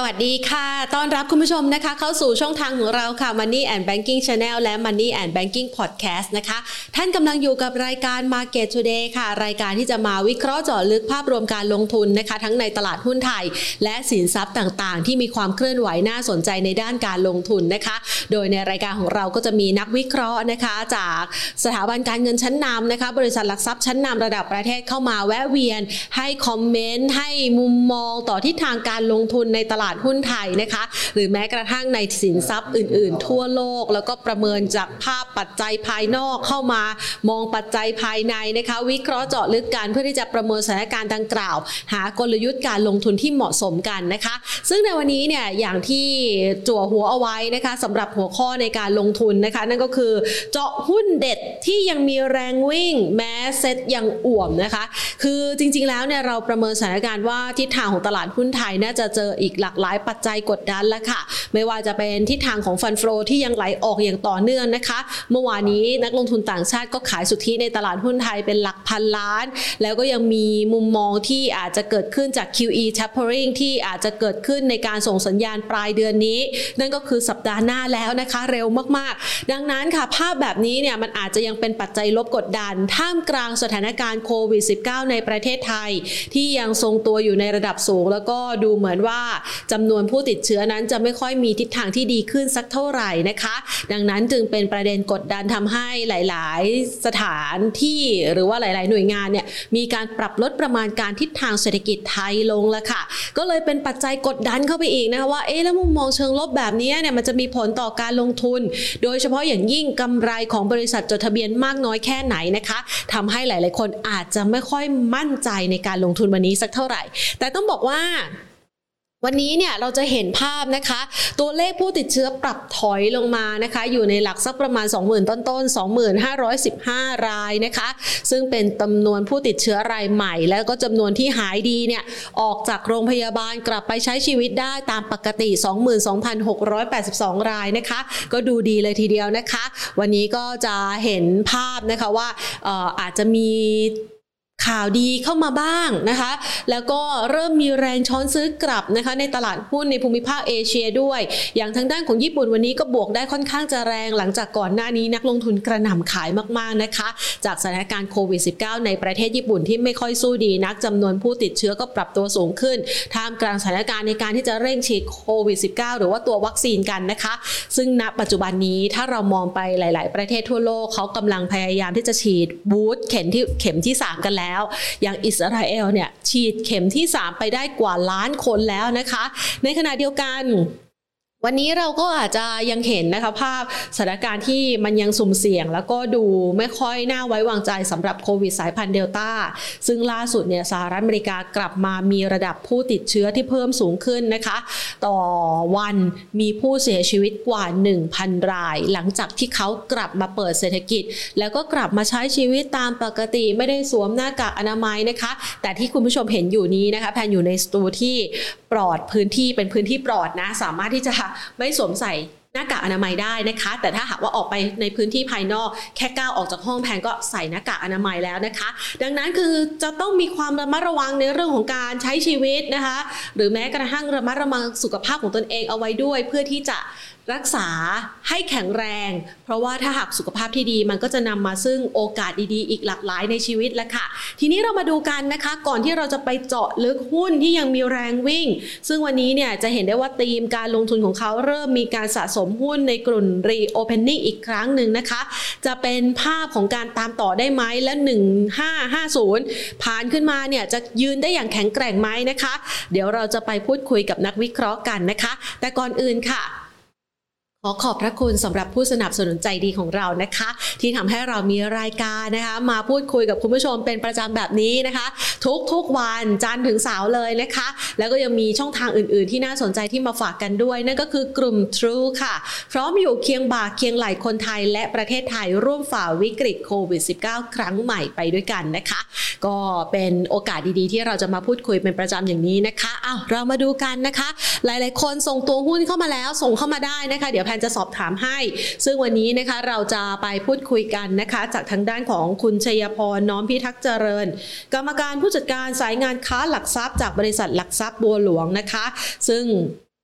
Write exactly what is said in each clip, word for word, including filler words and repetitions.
วัสดีค่ะต้อนรับคุณผู้ชมนะคะเข้าสู่ช่องทางของเราค่ะ Money and Banking Channel และ Money and Banking Podcast นะคะท่านกำลังอยู่กับรายการ Market Today ค่ะรายการที่จะมาวิเคราะห์เจาะลึกภาพรวมการลงทุนนะคะทั้งในตลาดหุ้นไทยและสินทรัพย์ต่างๆที่มีความเคลื่อนไหวน่าสนใจในด้านการลงทุนนะคะโดยในรายการของเราก็จะมีนักวิเคราะห์นะคะจากสถาบันการเงินชั้นนำนะคะบริษัทหลักทรัพย์ชั้นนำระดับประเทศเข้ามาแวะเวียนให้คอมเมนต์ให้มุมมองต่อทิศทางการลงทุนในตลาดหุ้นไทยนะคะหรือแม้กระทั่งในสินทรัพย์อื่นๆทั่วโลกแล้วก็ประเมินจากภาพปัจจัยภายนอกเข้ามามองปัจจัยภายในนะคะวิเคราะห์เจาะลึกกันเพื่อที่จะประเมินสถานการณ์ดังกล่าวหากลยุทธ์การลงทุนที่เหมาะสมกันนะคะซึ่งในวันนี้เนี่ยอย่างที่จั่วหัวเอาไว้นะคะสำหรับหัวข้อในการลงทุนนะคะนั่นก็คือเจาะหุ้นเด็ดที่ยังมีแรงวิ่งแม้เซ็ตยังอ่วมนะคะคือจริงๆแล้วเนี่ยเราประเมินสถานการณ์ว่าทิศทางของตลาดหุ้นไทยน่าจะเจออีกหลากหลายปัจจัยกดดันแล้วค่ะไม่ว่าจะเป็นทิศทางของฟันโฟลที่ยังไหลออกอย่างต่อเนื่องนะคะเมื่อวานนี้นักลงทุนต่างชาติก็ขายสุทธิในตลาดหุ้นไทยเป็นหลักพันล้านแล้วก็ยังมีมุมมองที่อาจจะเกิดขึ้นจาก คิว อี tapering ที่อาจจะเกิดขึ้นในการส่งสัญญาณปลายเดือนนี้นั่นก็คือสัปดาห์หน้าแล้วนะคะเร็วมากๆดังนั้นค่ะภาพแบบนี้เนี่ยมันอาจจะยังเป็นปัจจัยลบกดดันท่ามกลางสถานการณ์โควิด สิบเก้า ในประเทศไทยที่ยังทรงตัวอยู่ในระดับสูงแล้วก็ดูเหมือนว่าจำนวนผู้ติดเชื้อนั้นจะไม่ค่อยมีทิศทางที่ดีขึ้นสักเท่าไหร่นะคะดังนั้นจึงเป็นประเด็นกดดันทำให้หลายๆสถานที่หรือว่าหลายๆหน่วยงานเนี่ยมีการปรับลดประมาณการทิศทางเศรษฐกิจไทยลงแล้วค่ะก็เลยเป็นปัจจัยกดดันเข้าไปอีกนะคะว่าเอ๊ะแล้วมุมมองเชิงลบแบบนี้เนี่ยมันจะมีผลต่อการลงทุนโดยเฉพาะอย่างยิ่งกำไรของบริษัทจดทะเบียนมากน้อยแค่ไหนนะคะทำให้หลายๆคนอาจจะไม่ค่อยมั่นใจในการลงทุนวันนี้สักเท่าไหร่แต่ต้องบอกว่าวันนี้เนี่ยเราจะเห็นภาพนะคะตัวเลขผู้ติดเชื้อปรับถอยลงมานะคะอยู่ในหลักสักประมาณ สองหมื่น ต้นๆ สองหมื่นห้าร้อยสิบห้า รายนะคะซึ่งเป็นจำนวนผู้ติดเชื้อรายใหม่แล้วก็จำนวนที่หายดีเนี่ยออกจากโรงพยาบาลกลับไปใช้ชีวิตได้ตามปกติ สองหมื่นสองพันหกร้อยแปดสิบสอง รายนะคะก็ดูดีเลยทีเดียวนะคะวันนี้ก็จะเห็นภาพนะคะว่าเอ่ออาจจะมีข่าวดีเข้ามาบ้างนะคะแล้วก็เริ่มมีแรงช้อนซื้อกลับนะคะในตลาดหุ้นในภูมิภาคเอเชียด้วยอย่างทางด้านของญี่ปุ่นวันนี้ก็บวกได้ค่อนข้างจะแรงหลังจากก่อนหน้านี้นักลงทุนกระหน่ำขายมากๆนะคะจากสถานการณ์โควิด สิบเก้า ในประเทศญี่ปุ่นที่ไม่ค่อยสู้ดีนักจำนวนผู้ติดเชื้อก็ปรับตัวสูงขึ้นท่ามกลางสถานการณ์ในการที่จะเร่งฉีดโควิด สิบเก้า หรือว่าตัววัคซีนกันนะคะซึ่งณปัจจุบันนี้ถ้าเรามองไปหลายๆประเทศทั่วโลกเขากำลังพยายามที่จะฉีดบูสต์เข็มที่เข็มที่สามกันแล้วอย่างอิสราเอลเนี่ยฉีดเข็มที่สามไปได้กว่าล้านคนแล้วนะคะในขณะเดียวกันวันนี้เราก็อาจจะยังเห็นนะคะภาพสถานการณ์ที่มันยังสุ่มเสี่ยงแล้วก็ดูไม่ค่อยน่าไว้วางใจสำหรับโควิดสายพันธุ์เดลต้าซึ่งล่าสุดเนี่ยสหรัฐอเมริกากลับมามีระดับผู้ติดเชื้อที่เพิ่มสูงขึ้นนะคะต่อวันมีผู้เสียชีวิตกว่า หนึ่งพัน รายหลังจากที่เขากลับมาเปิดเศรษฐกิจแล้วก็กลับมาใช้ชีวิตตามปกติไม่ได้สวมหน้ากากอนามัยนะคะแต่ที่คุณผู้ชมเห็นอยู่นี้นะคะแพนอยู่ในสตูที่ปลอดพื้นที่เป็นพื้นที่ปลอดนะสามารถที่จะไม่สวมใส่หน้ากากอนามัยได้นะคะแต่ถ้าหากว่าออกไปในพื้นที่ภายนอกแค่ก้าวออกจากห้องแพนก็ใส่หน้ากากอนามัยแล้วนะคะดังนั้นคือจะต้องมีความระมัดระวังในเรื่องของการใช้ชีวิตนะคะหรือแม้กระทั่งระมัดระวังสุขภาพของตนเองเอาไว้ด้วยเพื่อที่จะรักษาให้แข็งแรงเพราะว่าถ้าหากสุขภาพที่ดีมันก็จะนำมาซึ่งโอกาสดีๆอีกหลากหลายในชีวิตแล้วค่ะทีนี้เรามาดูกันนะคะก่อนที่เราจะไปเจาะลึกหุ้นที่ยังมีแรงวิ่งซึ่งวันนี้เนี่ยจะเห็นได้ว่าธีมการลงทุนของเขาเริ่มมีการสะสมหุ้นในกลุ่ม Reopening อีกครั้งหนึ่งนะคะจะเป็นภาพของการตามต่อได้ไหมและหนึ่งพันห้าร้อยห้าสิบผ่านขึ้นมาเนี่ยจะยืนได้อย่างแข็งแกร่งไหมนะคะเดี๋ยวเราจะไปพูดคุยกับนักวิเคราะห์กันนะคะแต่ก่อนอื่นค่ะขอขอบพระคุณสำหรับผู้สนับสนุนใจดีของเรานะคะที่ทำให้เรามีรายการนะคะมาพูดคุยกับคุณผู้ชมเป็นประจำแบบนี้นะคะทุกๆวันจันทร์ถึงเสาร์เลยนะคะแล้วก็ยังมีช่องทางอื่นๆที่น่าสนใจที่มาฝากกันด้วยนั่นก็คือกลุ่ม True ค่ะพร้อมอยู่เคียงบ่าเคียงไหล่คนไทยและประเทศไทยร่วมฝ่าวิกฤตโควิด สิบเก้า ครั้งใหม่ไปด้วยกันนะคะก็เป็นโอกาสดีๆที่เราจะมาพูดคุยเป็นประจำอย่างนี้นะคะอ้าวเรามาดูกันนะคะหลายๆคนส่งตัวหุ้นเข้ามาแล้วส่งเข้ามาได้นะคะเดี๋ยวแพนจะสอบถามให้ซึ่งวันนี้นะคะเราจะไปพูดคุยกันนะคะจากทางด้านของคุณชัยพรน้อมพิทักษ์เจริญกรรมการผู้จัดการสายงานค้าหลักทรัพย์จากบริษัทหลักทรัพย์บัวหลวงนะคะซึ่ง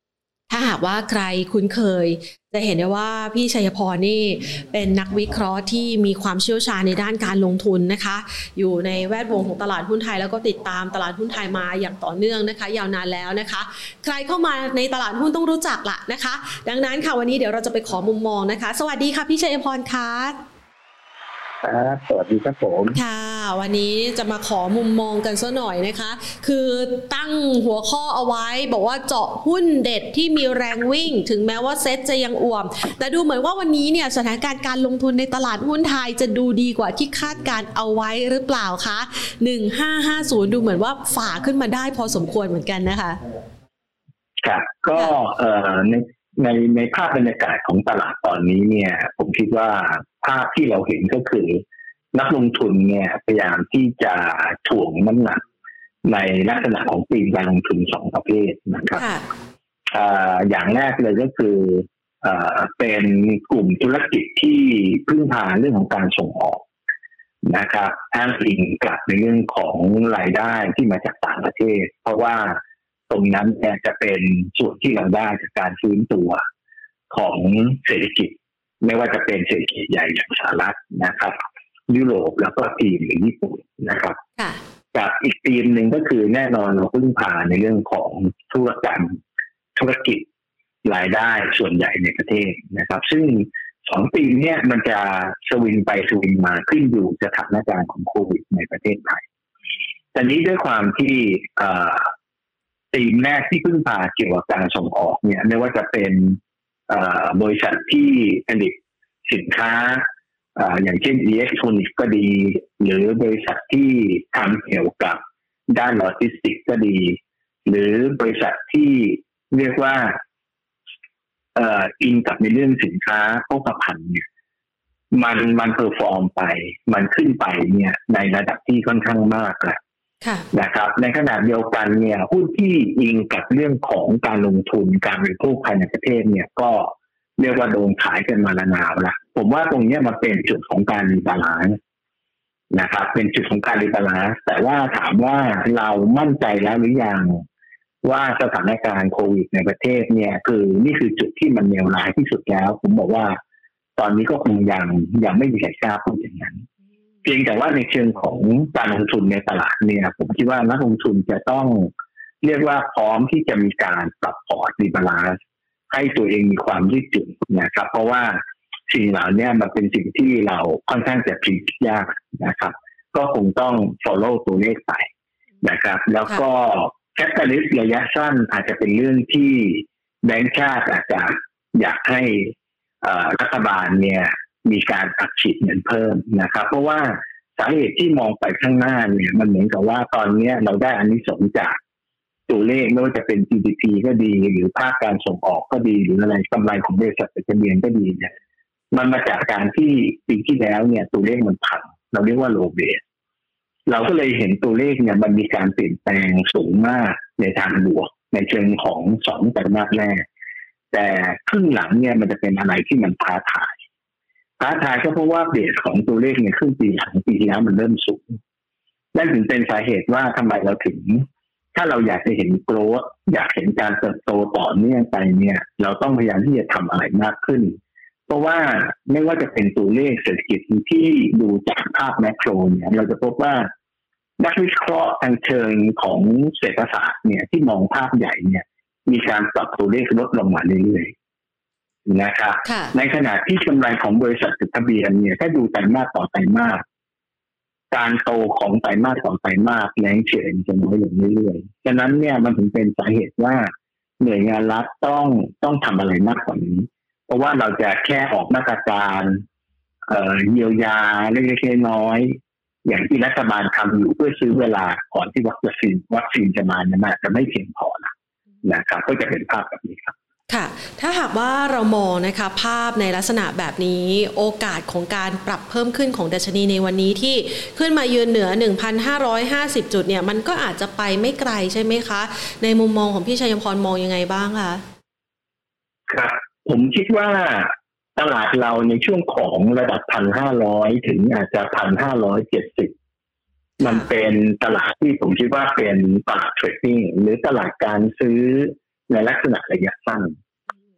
ถ้าหากว่าใครคุ้นเคยจะเห็นได้ว่าพี่ชัยพรนี่เป็นนักวิเคราะห์ที่มีความเชี่ยวชาญในด้านการลงทุนนะคะอยู่ในแวดวงของตลาดหุ้นไทยแล้วก็ติดตามตลาดหุ้นไทยมาอย่างต่อเนื่องนะคะยาวนานแล้วนะคะใครเข้ามาในตลาดหุ้นต้องรู้จักละนะคะดังนั้นค่ะวันนี้เดี๋ยวเราจะไปขอมุมมองนะคะสวัสดีค่ะพี่ชัยพรค่ะครับสวัสดีครับผมค่ะวันนี้จะมาขอมุมมองกันสักหน่อยนะคะคือตั้งหัวข้อเอาไว้บอกว่าเจาะหุ้นเด็ดที่มีแรงวิ่งถึงแม้ว่าเซ็ตจะยังอ่วมแต่ดูเหมือนว่าวันนี้เนี่ยสถานการณ์การลงทุนในตลาดหุ้นไทยจะดูดีกว่าที่คาดการเอาไว้หรือเปล่าคะหนึ่งห้าห้าศูนย์ดูเหมือนว่าฝ่าขึ้นมาได้พอสมควรเหมือนกันนะคะครับก็เอ่อในในในภาพบรรยากาศของตลาดตอนนี้เนี่ยผมคิดว่าภาพที่เราเห็นก็คือนักลงทุนเนี่ยพยายามที่จะถ่วงน้ำหนักในลักษณะของธีมการลงทุนสองประเภทนะครับอย่างแรกเลยก็คือเป็นกลุ่มธุรกิจที่พึ่งพาเรื่องของการส่งออกนะครับอ้างอิงกลับในเรื่องของรายได้ที่มาจากต่างประเทศเพราะว่าตรงนั้นเนี่ยจะเป็นส่วนที่เราได้จากการฟื้นตัวของเศรษฐกิจไม่ว่าจะเป็นเศรษฐกิจใหญ่อย่างสหรัฐนะครับยุโรปแล้วก็จีนหรือญี่ปุ่นนะครับกับอีกธีมหนึ่งก็คือแน่นอนเราพึ่งพาในเรื่องของธุรกรรมธุรกิจรายได้ส่วนใหญ่ในประเทศนะครับซึ่งสองธีมเนี่ยมันจะสวิงไปสวิงมาขึ้นอยู่สถานการณ์ของโควิดในประเทศไทยแต่นี้ด้วยความที่ธีมแรกที่พึ่งพาเกี่ยวกับการส่งออกเนี่ยไม่ว่าจะเป็นบริษัทที่ผลิตสินค้าอย่างเช่นอิเล็กทรอนิกส์ก็ดีหรือบริษัทที่ทำเกี่ยวกับด้านโลจิสติกส์ก็ดีหรือบริษัทที่เรียกว่าเอ่ออินกับในเรื่องสินค้าโภคภัณฑ์เนี่ยมันมันเพอร์ฟอร์มไปมันขึ้นไปเนี่ยในระดับที่ค่อนข้างมากแหละนะครับในขณะเดียวกันเนี่ยหุ้นที่อิงกับเรื่องของการลงทุนการบริโภคภายในประเทศเนี่ยก็เรียกว่าโดนขายกันมาละนาวละผมว่าตรงนี้มันเป็นจุดของการรีบาลานซ์นะครับเป็นจุดของการรีบาลานซ์แต่ว่าถามว่าเรามั่นใจแล้วหรือยังว่าสถานการณ์โควิดในประเทศเนี่ยคือนี่คือจุดที่มันเลวร้ายที่สุดแล้วผมบอกว่าตอนนี้ก็คงยังยังไม่มีใครกล้าพูดอย่างนั้นเพียงแต่ว่าในเชิงของการลงทุนในตลาดเนี่ยผมคิดว่านักลงทุนจะต้องเรียกว่าพร้อมที่จะมีการปรับพอร์ตรีบาลานซ์ให้ตัวเองมีความยืดหยุ่นนะครับเพราะว่าสิ่งเหล่านี้มันเป็นสิ่งที่เราค่อนข้างจะพิจารณายากนะครับก็คงต้อง follow ตัวเลขไปนะครับแล้วก็แคตตาลิสต์ระยะสั้นอาจจะเป็นเรื่องที่แบงก์ชาติอาจจะอยากให้รัฐบาลเนี่ยมีการอัดฉีดเงินเพิ่มนะครับเพราะว่าสาเหตุที่มองไปข้างหน้าเนี่ยมันเหมือนกับว่าตอนนี้เราได้อานิสงส์จากตัวเลขไม่ว่าจะเป็น จี ดี พี ก็ดีหรือภาคการส่งออกก็ดีหรืออะไรกำไรของบริษัทจดทะเบียนก็ดีเนี่ยมันมาจากการที่ปีที่แล้วเนี่ยตัวเลขมันพังเราเรียกว่าโลเบสเราก็เลยเห็นตัวเลขเนี่ยมันมีการเปลี่ยนแปลงสูงมากในทางบวกในเชิงของสองไตรมาสแรกแต่ครึ่งหลังเนี่ยมันจะเป็นอะไรที่มันท้าทายท้าทายก็เพราะว่าเบสของตัวเลขในครึ่งปีหลังปีที่แล้วมันเริ่มสูงนั่นถึงเป็นสาเหตุว่าทำไมเราถึงถ้าเราอยากจะเห็นโกรธอยากเห็นการเติบโตต่อเนื่องไปเนี่ยเราต้องพยายามที่จะทำอะไรมากขึ้นเพราะว่าไม่ว่าจะเป็นตัวเลขเศรษฐกิจที่ดูจากภาพแมคโครเนี่ยเราจะพบว่านักวิเคราะห์ทางเชิงของเศรษฐศาสตร์เนี่ยที่มองภาพใหญ่เนี่ยมีการปรับตัวเลขลดลงมาเรื่อยๆนะครับในขณะที่กำไรของบริษัทจดทะเบียนเนี่ยถ้าดูไตรมาสต่อไตรมาสการโตของไตรมาสต่อไตรมาสแรงเฉลี่ยจะน้อยลงเรื่อยๆฉะนั้นเนี่ยมันถึงเป็นสาเหตุว่าหน่วยงานรัฐต้องต้องทำอะไรมากกว่านี้เพราะว่าเราจะแค่ออกมาตรการเอ่อเยียวยาเล็กๆน้อยๆอย่างที่รัฐบาลทำอยู่เพื่อซื้อเวลาก่อนที่วัคซีนวัคซีนจะมาเนี่ยมันจะไม่เพียงพอนะนะครับก็จะเป็นภาพแบบนี้ครับค่ะถ้าหากว่าเรามองนะคะภาพในลักษณะแบบนี้โอกาสของการปรับเพิ่มขึ้นของดัชนีในวันนี้ที่ขึ้นมายืนเหนือ หนึ่งพันห้าร้อยห้าสิบ จุดเนี่ยมันก็อาจจะไปไม่ไกลใช่ไหมคะในมุมมองของพี่ชัยพรมองยังไงบ้างคะครับผมคิดว่าตลาดเราในช่วงของระดับ หนึ่งพันห้าร้อย ถึงอาจจะ หนึ่งพันห้าร้อยเจ็ดสิบ มันเป็นตลาดที่ผมคิดว่าเป็นตลาดเทรดดิ้งหรือตลาดการซื้อในลักษณะระยะสั้น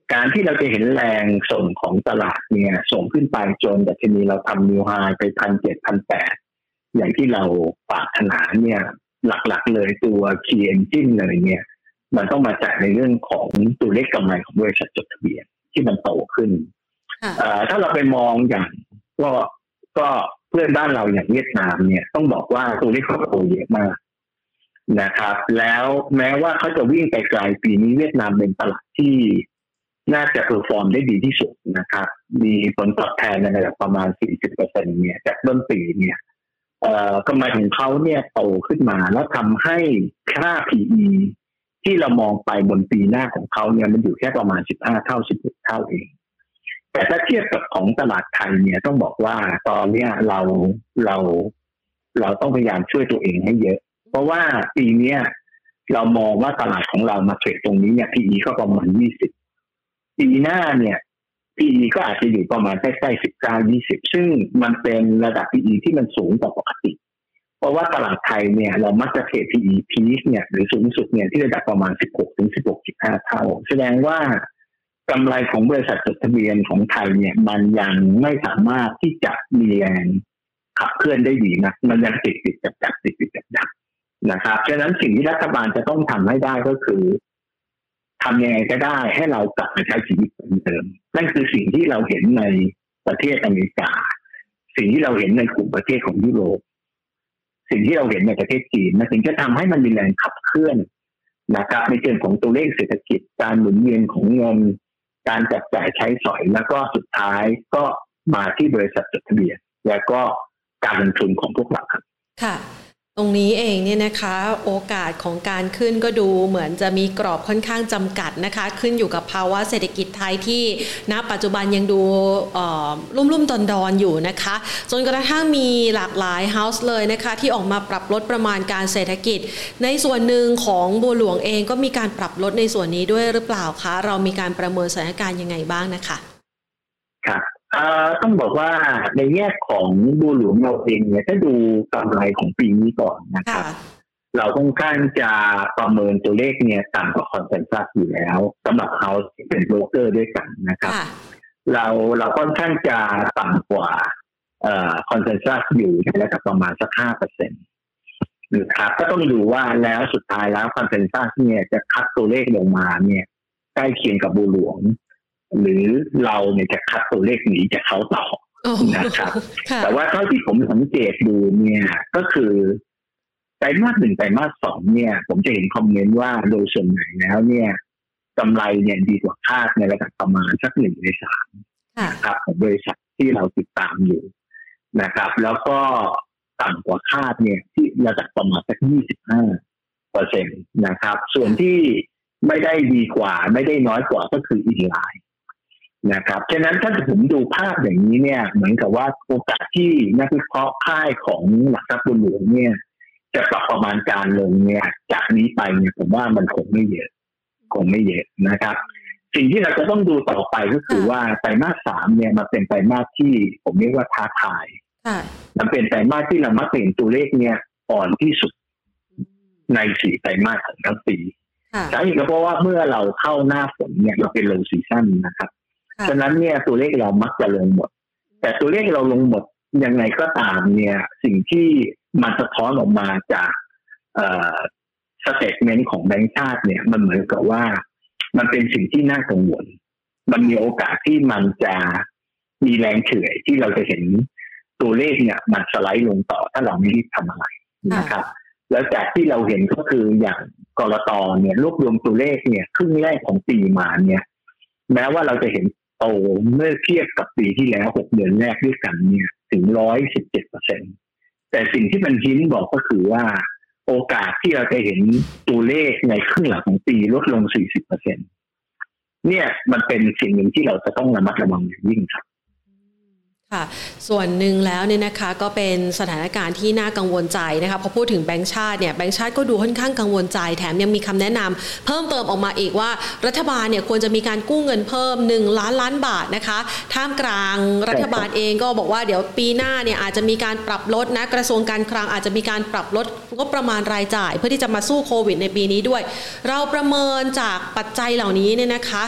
การที่เราจะเห็นแรงส่งของตลาดเนี่ยส่งขึ้นไปจนแต่ทีนี้เราทำนิวไฮไปพันเจ็ดพันแปดอย่างที่เราปรารถนาเนี่ยหลักๆเลยตัว Key Engine เลยเนี่ยมันต้องมาจากในเรื่องของตัวเลขกำไรของบริษัทจดทะเบียนที่มันโตขึ้นถ้าเราไปมองอย่างก็ก็เพื่อนบ้านเราอย่างเวียดนามเนี่ยต้องบอกว่าตัวเลขเขาโตเยอะมากนะครับแล้วแม้ว่าเขาจะวิ่งไปไกลปีนี้เวียดนามเป็นตลาดที่น่าจะเพอร์ฟอร์มได้ดีที่สุดนะครับมีผลตอบแทนในระดับประมาณ สี่สิบเปอร์เซ็นต์ เนี่ยจากต้นปีเนี่ยเอ่อกำไรของเขาเนี่ยโตขึ้นมาแล้วทำให้ค่า พี อี ที่เรามองไปบนปีหน้าของเขาเนี่ยมันอยู่แค่ประมาณสิบห้าเท่าสิบหกเท่าเองแต่ถ้าเทียบกับของตลาดไทยเนี่ยต้องบอกว่าตอนนี้เราเราเราต้องพยายามช่วยตัวเองให้เยอะเพราะว่าปีนี้เรามองว่าตลาดของเรามาเทรดตรงนี้เนี่ย พี อี ก็ประมาณยี่สิบปีหน้าเนี่ย พี อี ก็อาจจะอยู่ประมาณใกล้ๆสิบเก้า ยี่สิบซึ่งมันเป็นระดับ พี อี ที่มันสูงกว่าปกติเพราะว่าตลาดไทยเนี่ยเรามักจะเทรด พี อี พีคเนี่ยหรือสูงสุดเนี่ยที่ระดับประมาณสิบหกถึงสิบหกจุดห้าเท่าแสดงว่ากำไรของบริษัทจดทะเบียนของไทยเนี่ยมันยังไม่สามารถที่จะมีแรงขับเคลื่อนได้ดีนะมันยังติดติดจับจับติดติดจับจับนะครับฉะนั้นสิ่งที่รัฐบาลจะต้องทำให้ได้ก็คือทำยังไงก็ได้ให้เรากลับมาใช้ชีวิตเหมือนเดิมนั่นคือสิ่งที่เราเห็นในประเทศอเมริกาสิ่งที่เราเห็นในกลุ่มประเทศของยุโรปสิ่งที่เราเห็นในประเทศจีนนะถึงจะทำให้มันมีแรงขับเคลื่อนนะครับในเชิงของตัวเลขเศรษฐกิจการหมุนเวียนของเงินการจับจ่ายใช้สอยแล้วก็สุดท้ายก็มาที่บริษัทจดทะเบียนแล้วก็การลงทุนของพวกเราครับค่ะตรงนี้เองเนี่ยนะคะโอกาสของการขึ้นก็ดูเหมือนจะมีกรอบค่อนข้างจำกัดนะคะขึ้นอยู่กับภาวะเศรษฐกิจไทยที่ณปัจจุบันยังดูลุ่มๆดอนๆอยู่นะคะจนกระทั่งมีหลากหลายเฮ้าส์เลยนะคะที่ออกมาปรับลดประมาณการเศรษฐกิจในส่วนหนึ่งของบัวหลวงเองก็มีการปรับลดในส่วนนี้ด้วยหรือเปล่าคะเรามีการประเมินสถานการณ์ยังไงบ้างนะคะครับต้องบอกว่าในแง่ของบัวหลวงเราเองเนี่ยถ้าดูกำไรของปีนี้ก่อนนะครับเราค่อนข้างจะประเมินตัวเลขเนี่ยต่ำกว่าคอนเซนแซสอยู่แล้วสำหรับเขาที่เป็นโบรกเกอร์ด้วยกันนะครับเราเราค่อนข้างจะต่ำกว่าเอ่อคอนเซนแซสอยู่ในระดับประมาณสัก ห้าเปอร์เซ็นต์ นะครับก็ต้องดูว่าแล้วสุดท้ายแล้วคอนเซนแซสเนี่ยจะคัดตัวเลขลงมาเนี่ยใกล้เคียงกับบัวหลวงหรือเราเนี่ยจะคัดตัวเลขหนีจากเขาต่อนะครับแต่ว่าเท่าที่ผมสังเกตดูเนี่ยก็คือไตรมาสหนึ่งไตรมาสสองเนี่ยผมจะเห็นคอมเมนต์ว่าโดยส่วนใหญ่แล้วเนี่ยกำไรเนี่ยดีกว่าคาดในระดับประมาณสักหนึ่งในสามนะครับของบริษัทที่เราติดตามอยู่นะครับแล้วก็ต่ำกว่าคาดเนี่ยที่ระดับประมาณสักยี่สิบห้าเปอร์เซ็นต์นะครับส่วนที่ไม่ได้ดีกว่าไม่ได้น้อยกว่าก็คืออินไลน์นะครับฉะนั้นถ้าผมดูภาพอย่างนี้เนี่ยเหมือนกับว่าโอกาสที่นักวิเคราะห์ค่ายของหลักทรัพย์บัวหลวงเนี่ยจะปรับประมาณการลงเนี่ยจากนี้ไปเนี่ยผมว่ามันคงไม่เยอะคงไม่เยอะนะครับสิ่งที่เราจะต้องดูต่อไปก็คือว่าไตรมาสสามเนี่ยมันเป็นไตรมาสที่ผมเรียกว่าท้าทายมันเป็นไตรมาสที่เรามักเห็นตัวเลขเนี่ยอ่อนที่สุดในสี่ไตรมาสของทั้งปีสาเหตุก็เพราะว่าเมื่อเราเข้าหน้าฝนเนี่ยเราเป็น low season นะครับฉะนั้นเนี่ยตัวเลขเรามักจะลงหมดแต่ตัวเลขเราลงหมดยังไงก็ตามเนี่ยสิ่งที่มันสะท้อนออกมาจากเอ่อสเตทเมนต์ของแบงก์ชาติเนี่ยมันเหมือนกับว่ามันเป็นสิ่งที่น่ากังวลมันมีโอกาสที่มันจะมีแรงเฉื่อยที่เราจะเห็นตัวเลขเนี่ยมันสไลด์ลงต่อถ้าเราไม่รีบทำอะไรนะครับแล้วจากที่เราเห็นก็คืออย่างกลต.เนี่ยรวบรวมตัวเลขเนี่ยครึ่งแรกของปีมาเนี่ยแม้ว่าเราจะเห็นโตเมื่อเทียบกับปีที่แล้วหกเดือนแรกด้วยกันเนี่ยถึง หนึ่งร้อยสิบเจ็ดเปอร์เซ็นต์ แต่สิ่งที่มันหินบอกก็คือว่าโอกาสที่เราจะเห็นตัวเลขในครึ่งหลังของปีลดลง สี่สิบเปอร์เซ็นต์ เนี่ยมันเป็นสิ่งหนึ่งที่เราจะต้องระมัดระวังอย่างยิ่งครับค่ะส่วนหนึ่งแล้วเนี่ยนะคะก็เป็นสถานการณ์ที่น่ากังวลใจนะคะพอพูดถึงแบงก์ชาติเนี่ยแบงก์ชาติก็ดูค่อนข้างกังวลใจแถมยังมีคำแนะนำเพิ่มเติมออกมาอีกว่ารัฐบาลเนี่ยควรจะมีการกู้เงินเพิ่มหนึ่งล้านล้านบาทนะคะท่ามกลางรัฐบาลเองก็บอกว่าเดี๋ยวปีหน้าเนี่ยอาจจะมีการปรับลดนะกระทรวงการคลังอาจจะมีการปรับลดงบประมาณรายจ่ายเพื่อที่จะมาสู้โควิดในปีนี้ด้วยเราประเมินจากปัจจัยเหล่านี้เนี่ยนะคะ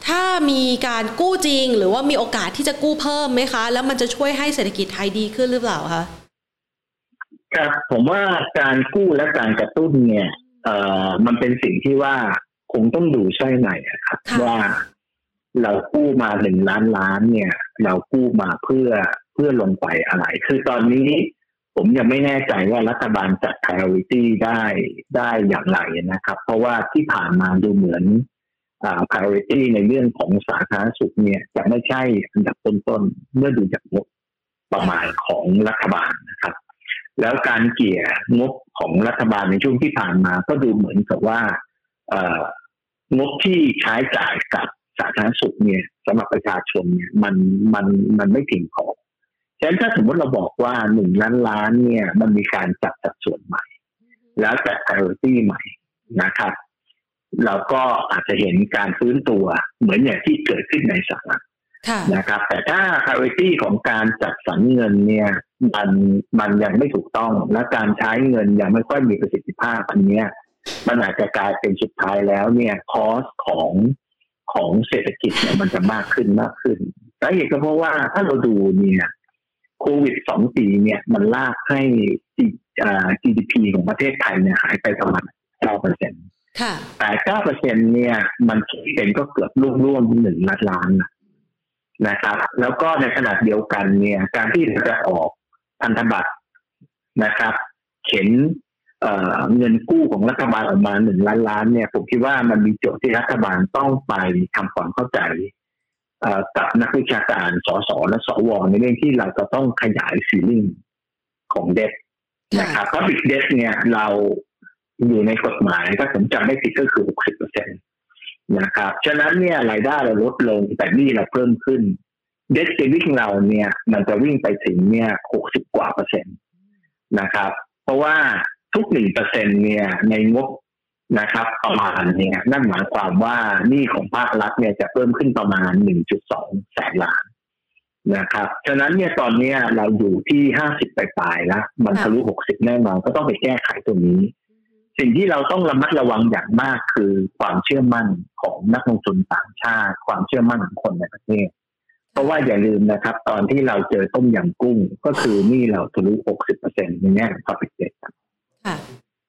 ถ้ามีการกู้จริงหรือว่ามีโอกาสที่จะกู้เพิ่มไหมคะแล้วมันจะช่วยให้เศรษฐกิจไทยดีขึ้นหรือเปล่าคะครับผมว่าการกู้และการกระตุ้นเนี่ยเอ่อมันเป็นสิ่งที่ว่าคงต้องดูไส้ในครับว่าเรากู้มาหนึ่งล้านล้านเนี่ยเรากู้มาเพื่อเพื่อลงไปอะไรคือตอนนี้ผมยังไม่แน่ใจว่ารัฐบาลจัด priority ได้ได้อย่างไรนะครับเพราะว่าที่ผ่านมาดูเหมือนอ่า priority ในเรื่องของสาธารณสุขเนี่ยจะไม่ใช่อันดับต้นๆเมื่อดูจากงบประมาณของรัฐบาลนะครับแล้วการเกี่ยงบของรัฐบาลในช่วงที่ผ่านมาก็ดูเหมือนกับว่าเอ่องบที่ใช้จ่ายกับสาธารณสุขเนี่ยสำหรับประชาชนเนี่ยมันมันมันไม่เพียงพอฉะนั้นถ้าสมมติเราบอกว่าหนึ่งล้านล้านเนี่ยมันมีการจัดสัดส่วนใหม่แล้วจัด priority ใหม่นะครับเราก็อาจจะเห็นการฟื้นตัวเหมือนอย่างที่เกิดขึ้นในสหรัฐนะครับแต่ถ้า priority ของการจัดสรรเงินเนี่ยมันมันยังไม่ถูกต้องและการใช้เงินยังไม่ค่อยมีประสิทธิภาพอันนี้มันอาจจะกลายเป็นสุดท้ายแล้วเนี่ยคอสของของเศรษฐกิจเนี่ยมันจะมากขึ้นมากขึ้นสาเหตุก็เพราะว่าถ้าเราดูเนี่ยโควิดสองปีเนี่ยมันลากให้ จี ดี พี ของประเทศไทยเนี่ยหายไปประมาณ เก้าเปอร์เซ็นต์ ค่ะแต่ เก้าเปอร์เซ็นต์ เนี่ยมันคิดเป็นก็เกือบร่วมๆหนึ่งล้านล้านนะครับแล้วก็ในขณะเดียวกันเนี่ยการที่เราจะออกพันธบัตรนะครับเข็นเอ่อเงินกู้ของรัฐบาลออกมาหนึ่งล้านล้านเนี่ยผมคิดว่ามันมีโจทย์ที่รัฐบาลต้องไปทำความเข้าใจกับนักวิชาการสสและสวในเรื่องที่เราจะต้องขยายซีลิ่งของเดบนะครับเพราะบิ๊กเดบเนี่ยเราอยู่ในกฎหมายถ้าผมจำไม่ผิดก็คือ หกสิบเปอร์เซ็นต์ นะครับฉะนั้นเนี่ยรายได้เราลดลงแต่หนี้เราเพิ่มขึ้นเดบจะวิ่งเราเนี่ยมันจะวิ่งไปถึงเนี่ยหกสิบกว่าเปอร์เซ็นต์นะครับเพราะว่าทุก หนึ่งเปอร์เซ็นต์ เนี่ยในงบนะครับประมาณเนี่ยนั่นหมายความว่าหนี้ของภาครัฐเนี่ยจะเพิ่มขึ้นประมาณ หนึ่งจุดสอง แสนล้านนะครับฉะนั้นเนี่ยตอนนี้เราอยู่ที่ห้าสิบปลายๆแล้วมันทะลุหกสิบแน่นอนก็ต้องไปแก้ไขตรงนี้สิ่งที่เราต้องระมัดระวังอย่างมากคือความเชื่อมั่นของนักลงทุนต่างชาติความเชื่อมั่นของคนในประเทศเพราะว่าอย่าลืมนะครับตอนที่เราเจอต้มยำกุ้งก็คือหนี้เราทะลุ หกสิบเปอร์เซ็นต์ ในแง่ของ public debt ค่ะ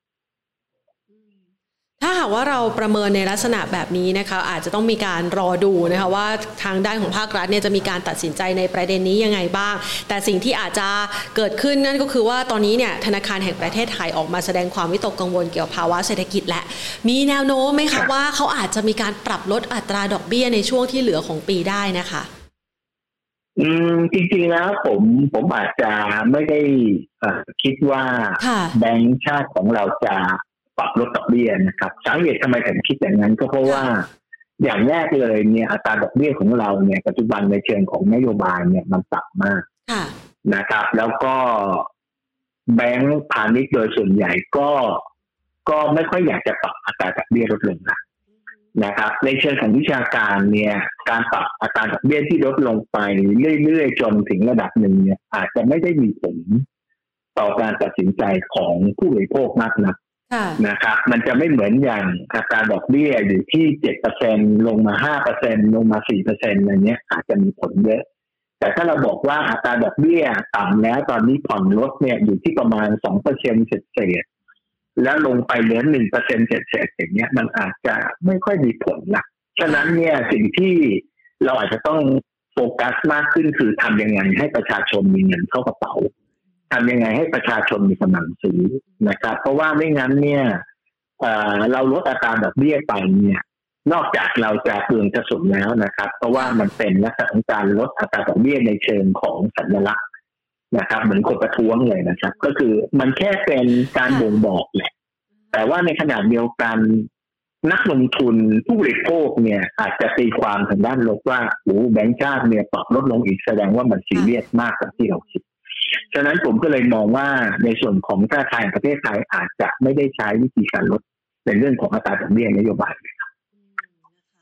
ถ้าหากว่าเราประเมินในลักษณะแบบนี้นะคะอาจจะต้องมีการรอดูนะคะว่าทางด้านของภาครัฐเนี่ยจะมีการตัดสินใจในประเด็นนี้ยังไงบ้างแต่สิ่งที่อาจจะเกิดขึ้นนั่นก็คือว่าตอนนี้เนี่ยธนาคารแห่งประเทศไทยออกมาแสดงความวิตกกังวลเกี่ยวกับภาวะเศรษฐกิจและมีแนวโน้มไหมคะว่าเขาอาจจะมีการปรับลดอัตราดอกเบี้ยในช่วงที่เหลือของปีได้นะคะอืมจริงๆแล้วผมผมอาจจะไม่ได้คิดว่าแบงก์ชาติของเราจะปรับลดดอกเบี้ยนะครับสาเหตุทำไมถึงคิดอย่างนั้นก็เพราะว่าอย่างแรกเลยเนี่ยอัตราดอกเบี้ยของเราเนี่ยปัจจุบันในเชิงของนโยบายเนี่ยมันต่ำมากนะครับแล้วก็แบงก์พาณิชย์โดยส่วนใหญ่ก็ก็ไม่ค่อยอยากจะปรับอัตราดอกเบี้ยลดลงนะนะครับในเชิงของวิชาการเนี่ยการปรับอัตราดอกเบี้ยที่ลดลงไปเรื่อยๆจนถึงระดับหนึ่งเนี่ยอาจจะไม่ได้มีผลต่อการตัดสินใจของผู้บริโภคมากนักนะครับมันจะไม่เหมือนอย่างอัตราดอกเบี้ยอยู่ที่ เจ็ดเปอร์เซ็นต์ ลงมา ห้าเปอร์เซ็นต์ ลงมา สี่เปอร์เซ็นต์ อะไรเงี้ยอาจจะมีผลเยอะแต่ถ้าเราบอกว่าอัตราดอกเบี้ยต่ำแล้วตอนนี้ผ่อนลดเนี่ยอยู่ที่ประมาณ สองเปอร์เซ็นต์ เศษๆแล้วลงไปเหลือ หนึ่งเปอร์เซ็นต์ เศษๆอย่างเงี้ยมันอาจจะไม่ค่อยมีผลละฉะนั้นเนี่ยสิ่งที่เราอาจจะต้องโฟกัสมากขึ้นคือทำยังไงให้ประชาชนมีเงินเข้ากระเป๋าทำยังไงให้ประชาชนมีกำลังซื้อนะครับเพราะว่าไม่งั้นเนี่ย เอ่อ เราลดอัตราดอกเบี้ยไปเนี่ยนอกจากเราจะเปลืองกระสุนแล้วนะครับเพราะว่ามันเป็นลักษณะของการลดอัตราดอกเบี้ยในเชิงของสัญลักษณ์นะครับเหมือนคนประท้วงเลยนะครับก็คือมันแค่เป็นการบ่งบอกแหละแต่ว่าในขณะเดียวกันนักลงทุนผู้บริโภคเนี่ยอาจจะตีความทางด้านลบว่าโอ้แบงก์ชาติเนี่ยปรับลดลงอีกแสดงว่ามันซีเรียสมากกว่าที่เราคิดฉะนั้นผมก็เลยมองว่าในส่วนของธนาคารแห่งประเทศไทยอาจจะไม่ได้ใช้วิธีการลดในเรื่องของอัตราดอกเบี้ยนโยบาย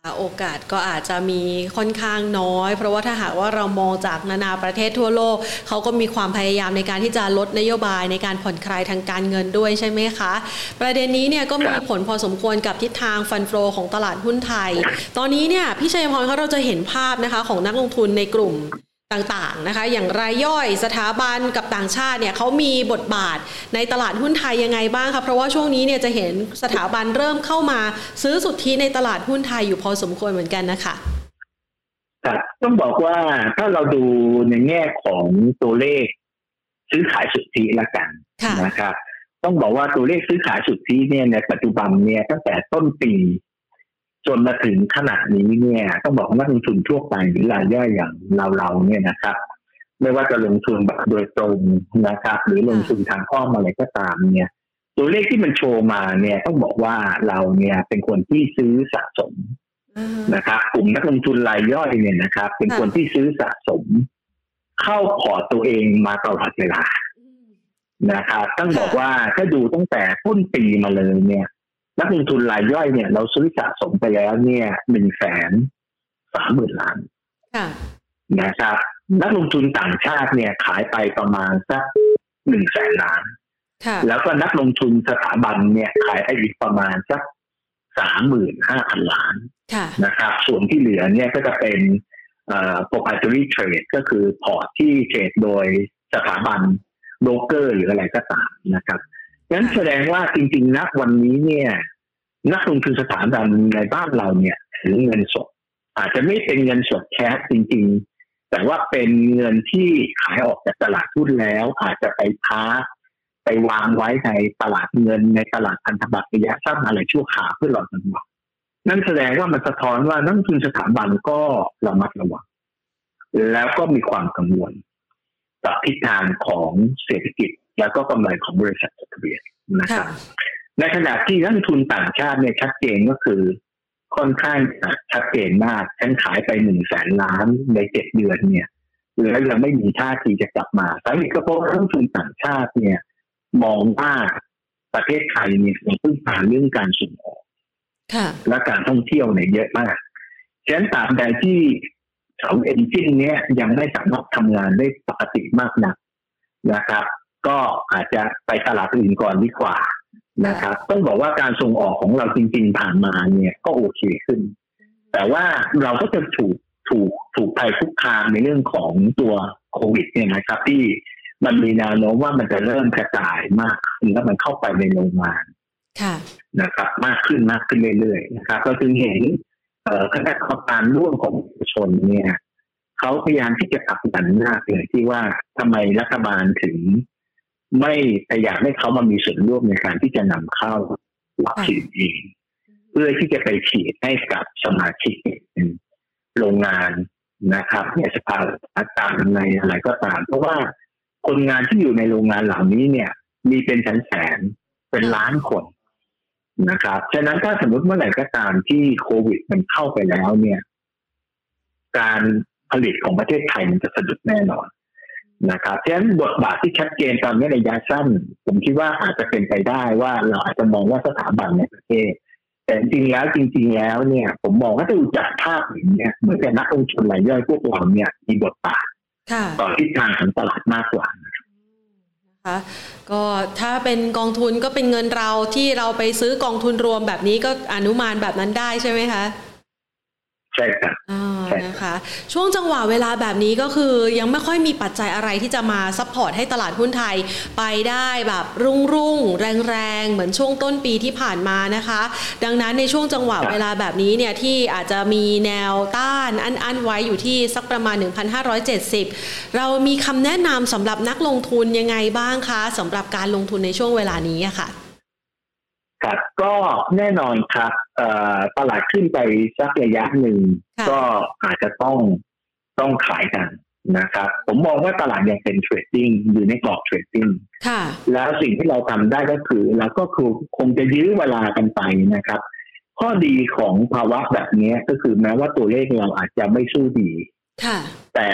โอกาสก็อาจจะมีค่อนข้างน้อยเพราะว่าถ้าหากว่าเรามองจากนานาประเทศทั่วโลกเขาก็มีความพยายามในการที่จะลดนโยบายในการผ่อนคลายทางการเงินด้วยใช่ไหมคะประเด็นนี้เนี่ยก็มีผลพอสมควรกับทิศทางฟันโฟลของตลาดหุ้นไทยตอนนี้เนี่ยพี่ชัยพรคะเราจะเห็นภาพนะคะของนักลงทุนในกลุ่มต่างๆนะคะอย่างรายย่อยสถาบันกับต่างชาติเนี่ยเขามีบทบาทในตลาดหุ้นไทยยังไงบ้างคะเพราะว่าช่วงนี้เนี่ยจะเห็นสถาบันเริ่มเข้ามาซื้อสุทธิในตลาดหุ้นไทยอยู่พอสมควรเหมือนกันนะคะครับต้องบอกว่าถ้าเราดูในแง่ของตัวเลขซื้อขายสุทธิละกันนะครับต้องบอกว่าตัวเลขซื้อขายสุทธิเนี่ยในปัจจุบันเนี่ยตั้งแต่ต้นปีจนมาถึงขณะนี้เนี่ยต้องบอกว่านักลงทุนทั่วไปหรือรายย่อยอย่างเราๆเนี่ยนะครับไม่ว่าจะลงทุนแบบโดยตรงนะครับหรือลงทุนทางอ้อมอะไรก็ตามเนี่ยตัวเลขที่มันโชว์มาเนี่ยต้องบอกว่าเราเนี่ยเป็นคนที่ซื้อสะสมนะครับกลุ่มนักลงทุนรายย่อยเนี่ยนะครับเป็นคนที่ซื้อสะสมเข้าพอร์ตตัวเองมาตลอดเวลานะครับต้องบอกว่าถ้าดูตั้งแต่ต้นปีมาเลยเนี่ยนักลงทุนรายย่อยเนี่ยเราซื้อสะสมไปแล้วเนี่ยหนึ่งแสนสามหมื่นล้านนะครับนักลงทุนต่างชาติเนี่ยขายไปประมาณสักหนึ่งแสนล้านแล้วก็นักลงทุนสถาบันเนี่ยขายไปอีกประมาณสักสามหมื่นห้าพันล้านนะครับส่วนที่เหลือเนี่ยก็จะเป็นเอ่อ proprietary trade ก็คือพอร์ตที่เทรดโดยสถาบันโบรกเกอร์หรืออะไรก็ตามนะครับงั้นแสดงว่าจริงๆณวันนี้เนี่ยนักลงทุนสถาบันในบ้านเราเนี่ยถือเงินสดอาจจะไม่เป็นเงินสดแคชจริงๆแต่ว่าเป็นเงินที่ขายออกจากตลาดหุ้นแล้วอาจจะไปค้าไปวางไว้ในตลาดเงินในตลาดพันธบัตรระยะสั้นอะไรชั่วคราวเพื่อหลอกเงินหวังนั่นแสดงว่ามันสะท้อนว่านักลงทุนสถาบันก็ระมัดระวังแล้วก็มีความกังวลต่อทิศทางของเศรษฐกิจแล้วก็กำไรของบริษัทจดทะเบียนนะครับในขณะที่นักลงทุนต่างชาติเนี่ยชัดเจนก็คือค่อนข้างชัดเจนมากฉันขายไปหนึ่งแสนล้านในเจ็ดเดือนเนี่ยแล้วยังไม่มีท่าทีจะกลับมาสาเหตุก็เพราะนักลงทุนต่างชาติเนี่ยมองว่าประเทศไทยเนี่ยเราพึ่งพาเรื่องการส่งออกและการท่องเที่ยวเนี่ยเยอะมากฉะนั้นตราบใดที่เสาเอนจินเนี่ยยังไม่สามารถทำงานได้ปกติมากนักนะครับก็อาจจะไปตลาดอื่นก่อนดีกว่านะครับต้องบอกว่าการส่งออกของเราจริงๆผ่านมาเนี่ยก็โอเคขึ้นแต่ว่าเราก็จะถูกถูกถูกภัยคุกคามในเรื่องของตัวโควิดเนี่ยนะครับที่มันมีแนวโน้มว่ามันจะเริ่มกระจายมากขึ้นแล้วมันเข้าไปในโรงงานนะครับมากขึ้นมากขึ้นเรื่อยๆนะครับก็จึงเห็นคณะกรรมการร่วมของประชาชนเนี่ยเขาพยายามที่จะผลักดันมากเลยที่ว่าทำไมรัฐบาลถึงไม่พยายามให้เขามามีส่วนร่วมในการที่จะนำเข้าวัคซีนเองเพื่อที่จะไปฉีดให้กับสมาชิกโรงงานนะครับเนี่ยสภาอาจารย์ในอะไรก็ตามเพราะว่าคนงานที่อยู่ในโรงงานเหล่านี้เนี่ยมีเป็นแสนแสนเป็นล้านคนนะครับฉะนั้นถ้าสมมติเมื่อไหร่ก็ตามที่โควิดมันเข้าไปแล้วเนี่ยการผลิตของประเทศไทยมันจะสะดุดแน่นอนนะครับฉะนั้นบทบาทที่ชัดเจนตอนนี้ในระยะสั้นผมคิดว่าอาจจะเป็นไปได้ว่าเราอาจจะมองว่าสถาบันในประเทศแต่จริงๆแล้วจริงๆแล้วเนี่ยผมมองว่าถ้าดูจากภาพอย่างนี้เหมือนกับนักลงทุนรายย่อยพวกเราเนี่ยมีบทบาทต่อทิศทางของตลาดมากกว่านะคะก็ถ้าเป็นกองทุนก็เป็นเงินเราที่เราไปซื้อกองทุนรวมแบบนี้ก็อนุมานแบบนั้นได้ใช่ไหมคะใช่ครับนะคะช่วงจังหวะเวลาแบบนี้ก็คือยังไม่ค่อยมีปัจจัยอะไรที่จะมาซัพพอร์ตให้ตลาดหุ้นไทยไปได้แบบรุ่งรุ่งแรงๆเหมือนช่วงต้นปีที่ผ่านมานะคะดังนั้นในช่วงจังหวะเวลาแบบนี้เนี่ยที่อาจจะมีแนวต้านอันๆไว้อยู่ที่สักประมาณ หนึ่งพันห้าร้อยเจ็ดสิบ เรามีคำแนะนำสำหรับนักลงทุนยังไงบ้างคะสำหรับการลงทุนในช่วงเวลานี้ค่ะครับก็แน่นอนครับตลาดขึ้นไปสักระยะหนึ่งก็อาจจะต้องต้องขายกันนะครับผมมองว่าตลาดยังเป็นเทรดดิ้งอยู่ในกรอบเทรดดิ้งแล้วสิ่งที่เราทำได้ก็คือเราก็คือคงจะยื้อเวลากันไปนะครับข้อดีของภาวะแบบนี้ก็คือแม้ว่าตัวเลขเราอาจจะไม่สู้ดีแต่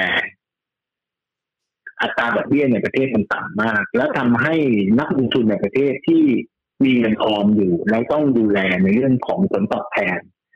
อัตราดอกเบี้ยในประเทศมันต่ำมากแล้วทำให้นักลงทุนในประเทศที่มีเงินออมอยู่แล้วต้องดูแลในเรื่องของผลตอบแทน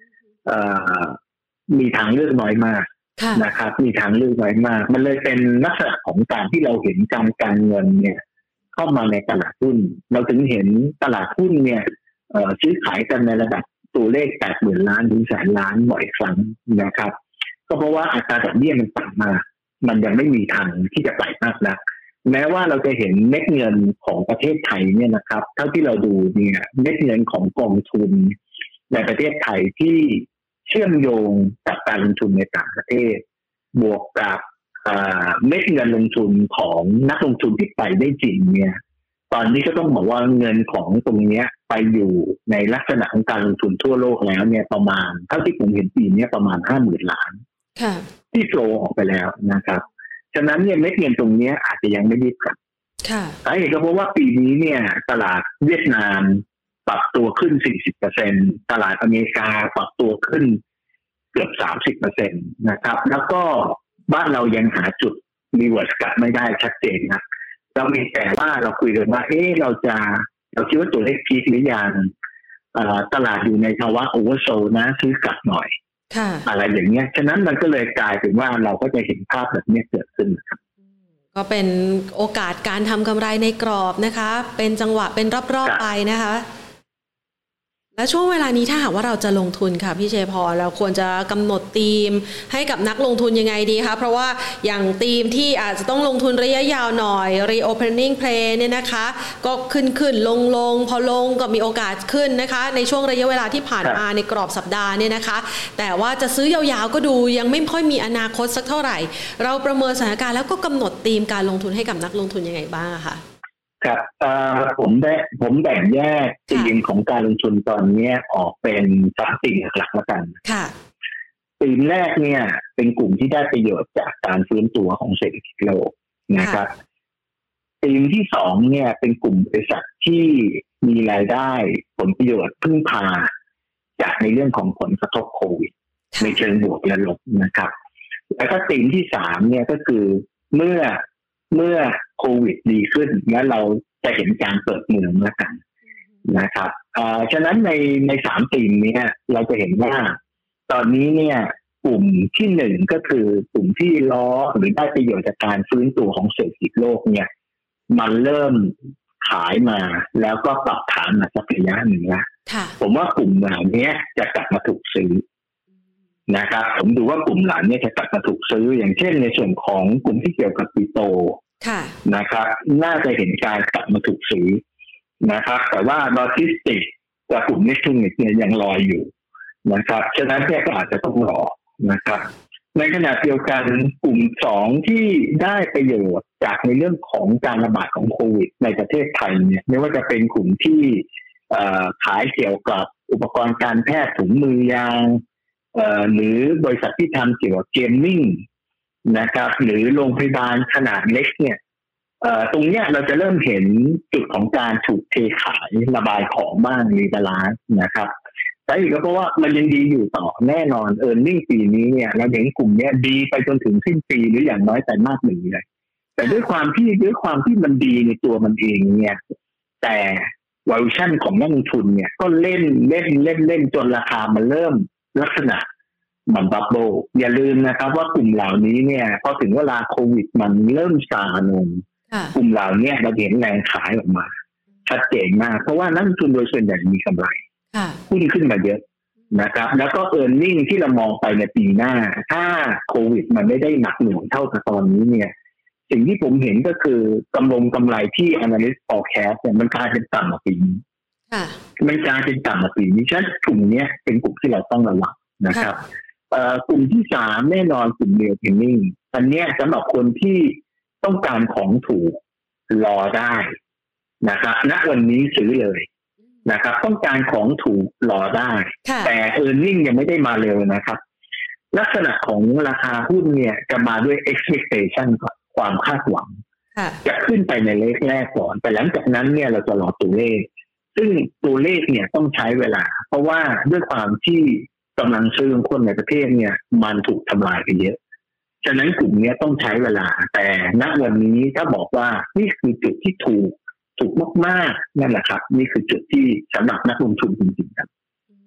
มีทางเลือกน้อยมากนะครับมีทางเลือกน้อยมากมันเลยเป็นลักษณะของการที่เราเห็นการการเงินเนี่ยเข้ามาในตลาดหุ้นเราถึงเห็นตลาดหุ้นเนี่ยซื้อขายกันในระดับตัวเลขแปดหมื่นล้านถึงแสนล้านบ่อยครั้งนะครับก็เพราะว่าอัตราดอกเบี้ยมันต่ำมากมันยังไม่มีทางที่จะไปมากนักแม้ว่าเราจะเห็นเม็ดเงินของประเทศไทยเนี่ยนะครับเท่าที่เราดูเนี่ยเม็ดเงินของกองทุนในประเทศไทยที่เชื่อมโยงกับการลงทุนในต่างประเทศบวกกับเม็ดเงินลงทุนของนักลงทุนที่ไปได้จริงเนี่ยตอนนี้ก็ต้องบอกว่าเงินของตรงนี้ไปอยู่ในลักษณะของการลงทุนทั่วโลกแล้วเนี่ยประมาณเท่าที่ผมเห็นปีนี้ประมาณห้าหมื่นล้านที่โฟลว์ออกไปแล้วนะครับฉะนั้นเนี่ยเม็ดเงินตรงนี้อาจจะยังไม่รีบกลับสาเหตุก็เพราะว่าปีนี้เนี่ยตลาดเวียดนามปรับตัวขึ้น สี่สิบเปอร์เซ็นต์ ตลาดอเมริกาปรับตัวขึ้นเกือบ สามสิบเปอร์เซ็นต์ นะครับแล้วก็บ้านเรายังหาจุดรีเวิร์สกลับไม่ได้ชัดเจนนะเรามีแต่ว่าเราคุยกันว่าเอ๊ะเราจะเราคิดว่าตัวเลขพีคหรือยังตลาดอยู่ในภาวะโอเวอร์โซลนะซื้อกลับหน่อยอะไรอย่างเงี้ยฉะนั้นมันก็เลยกลายเป็นว่าเราก็จะเห็นภาพแบบนี้เกิดขึ้นครับก็เป็นโอกาสการทำกำไรในกรอบนะคะเป็นจังหวะเป็นรอบๆไปนะคะและช่วงเวลานี้ถ้าหากว่าเราจะลงทุนค่ะพี่ชัยพรเราควรจะกำหนดธีมให้กับนักลงทุนยังไงดีคะเพราะว่าอย่างธีมที่อาจจะต้องลงทุนระยะยาวหน่อย reopening play เนี่ยนะคะก็ขึ้นขึ้นลงลงพอลงก็มีโอกาสขึ้นนะคะในช่วงระยะเวลาที่ผ่านมาในกรอบสัปดาห์เนี่ยนะคะแต่ว่าจะซื้อยาวๆก็ดูยังไม่ค่อยมีอนาคตสักเท่าไหร่เราประเมินสถานการณ์แล้วก็กำหนดธีมการลงทุนให้กับนักลงทุนยังไงบ้างคะครับผมได้ผมแบ่งแยกธีมของการลงทุนตอนนี้ออกเป็นสามธีมหลักๆแล้วกันธีมแรกเนี่ยเป็นกลุ่มที่ได้ประโยชน์จากการฟื้นตัวของเศรษฐกิจโลกนะครับธีมที่สองเนี่ยเป็นกลุ่มบริษัทที่มีรายได้ผลประโยชน์พึ่งพาจากในเรื่องของผลกระทบโควิดในเชิงบวกและลบนะครับแล้วก็ธีมที่สามเนี่ยก็คือเมื่อเมื่อโควิดดีขึ้นแล้วเราจะเห็นการเปิดเมืองแล้วกันนะครับอ่าฉะนั้นในในสามธีมนี้เราจะเห็นว่าตอนนี้เนี่ยกลุ่มที่หนึ่งก็คือกลุ่มที่ล้อหรือได้ประโยชน์จากการฟื้นตัวของเศรษฐกิจโลกเนี่ยมันเริ่มขายมาแล้วก็ปรับฐานมาสักระยะหนึ่งแล้วผมว่ากลุ่มเหล่านี้จะกลับมาถูกซื้อนะครับผมดูว่ากลุ่มเหล่านี้จะกลับมาถูกซื้ออย่างเช่นในส่วนของกลุ่มที่เกี่ยวกับปิโตรนะครับน่าจะเห็นการกลับมาถูกซื้อนะครับแต่ว่าโลจิสติกส์กับกลุ่มอิเล็กทรอนิกส์เนี่ยยังลอยอยู่นะครับฉะนั้นเนี่ยก็อาจจะต้องรอนะครับในขณะเดียวกันกลุ่มสองที่ได้ประโยชน์จากในเรื่องของการระบาดของโควิดในประเทศไทยเนี่ยไม่ว่าจะเป็นกลุ่มที่ขายเกี่ยวกับอุปกรณ์การแพทย์ถุงมือยางหรือบริษัทที่ทำเกี่ยวกับเกมมิ่งนะครับหรือโรงพยาบาลขนาดเล็กเนี่ยตรงเนี้ยเราจะเริ่มเห็นจุดของการถูกเทขายระบายของบ้างรีบาลานซ์นะครับแต่อีกก็เพราะว่ามันยังดีอยู่ต่อแน่นอนเออร์เน็งปีนี้เนี่ยเราเห็นกลุ่มเนี้ยดีไปจนถึงสิ้นปีหรืออย่างน้อยแต่มากหนึ่งเลยแต่ด้วยความที่ด้วยความที่มันดีในตัวมันเองเนี่ยแต่ valuation ของนักลงทุนเนี่ยก็เล่นเล่นเล่นเล่นจนราคามันเริ่มลักษณะมันบับเบิ้ลอย่าลืมนะครับว่ากลุ่มเหล่านี้เนี่ยพอถึงเวลาโควิดมันเริ่มซาลงกลุ่มเหล่านี้เราเห็นแรงขายออกมาชัดเจนมากเพราะว่านักลงทุนโดยส่วนใหญ่มีกำไรหุ้นขึ้นมาเยอะนะครับแล้วก็ earning ที่เรามองไปในปีหน้าถ้าโควิดมันไม่ได้หนักหน่วงเท่ากับตอนนี้เนี่ยสิ่งที่ผมเห็นก็คือกำลงกำไรที่ analyst forecast เนี่ยมันกลายเป็นต่ำกว่าปีนี้มันกลายเป็นต่ำกว่าปีนี้ฉะนั้นกลุ่มนี้เป็นกลุ่มที่เราต้องระวังนะครับกลุ่มที่สามแน่นอนกลุ่มเรียลเทรนนิ่งอันนี้สำหรับคนที่ต้องการของถูกรอได้นะครับณวันนี้ซื้อเลยนะครับต้องการของถูกรอได้แต่ earning ยังไม่ได้มาเร็วนะครับลักษณะของราคาหุ้นเนี่ยจะมาด้วย expectation ก่อนความคาดหวังจะขึ้นไปในเลขแรกก่อนแต่หลังจากนั้นเนี่ยเราจะรอตัวเลขซึ่งตัวเลขเนี่ยต้องใช้เวลาเพราะว่าด้วยความที่กำลังซื้อของคนในประเทศเนี่ยมันถูกทำลายไปเยอะฉะนั้นกลุ่มนี้ต้องใช้เวลาแต่ณวันนี้ถ้าบอกว่านี่คือจุดที่ถูกถูกมากๆนั่นแหละครับนี่คือจุดที่สำหรับนักลงทุนจริงๆครับ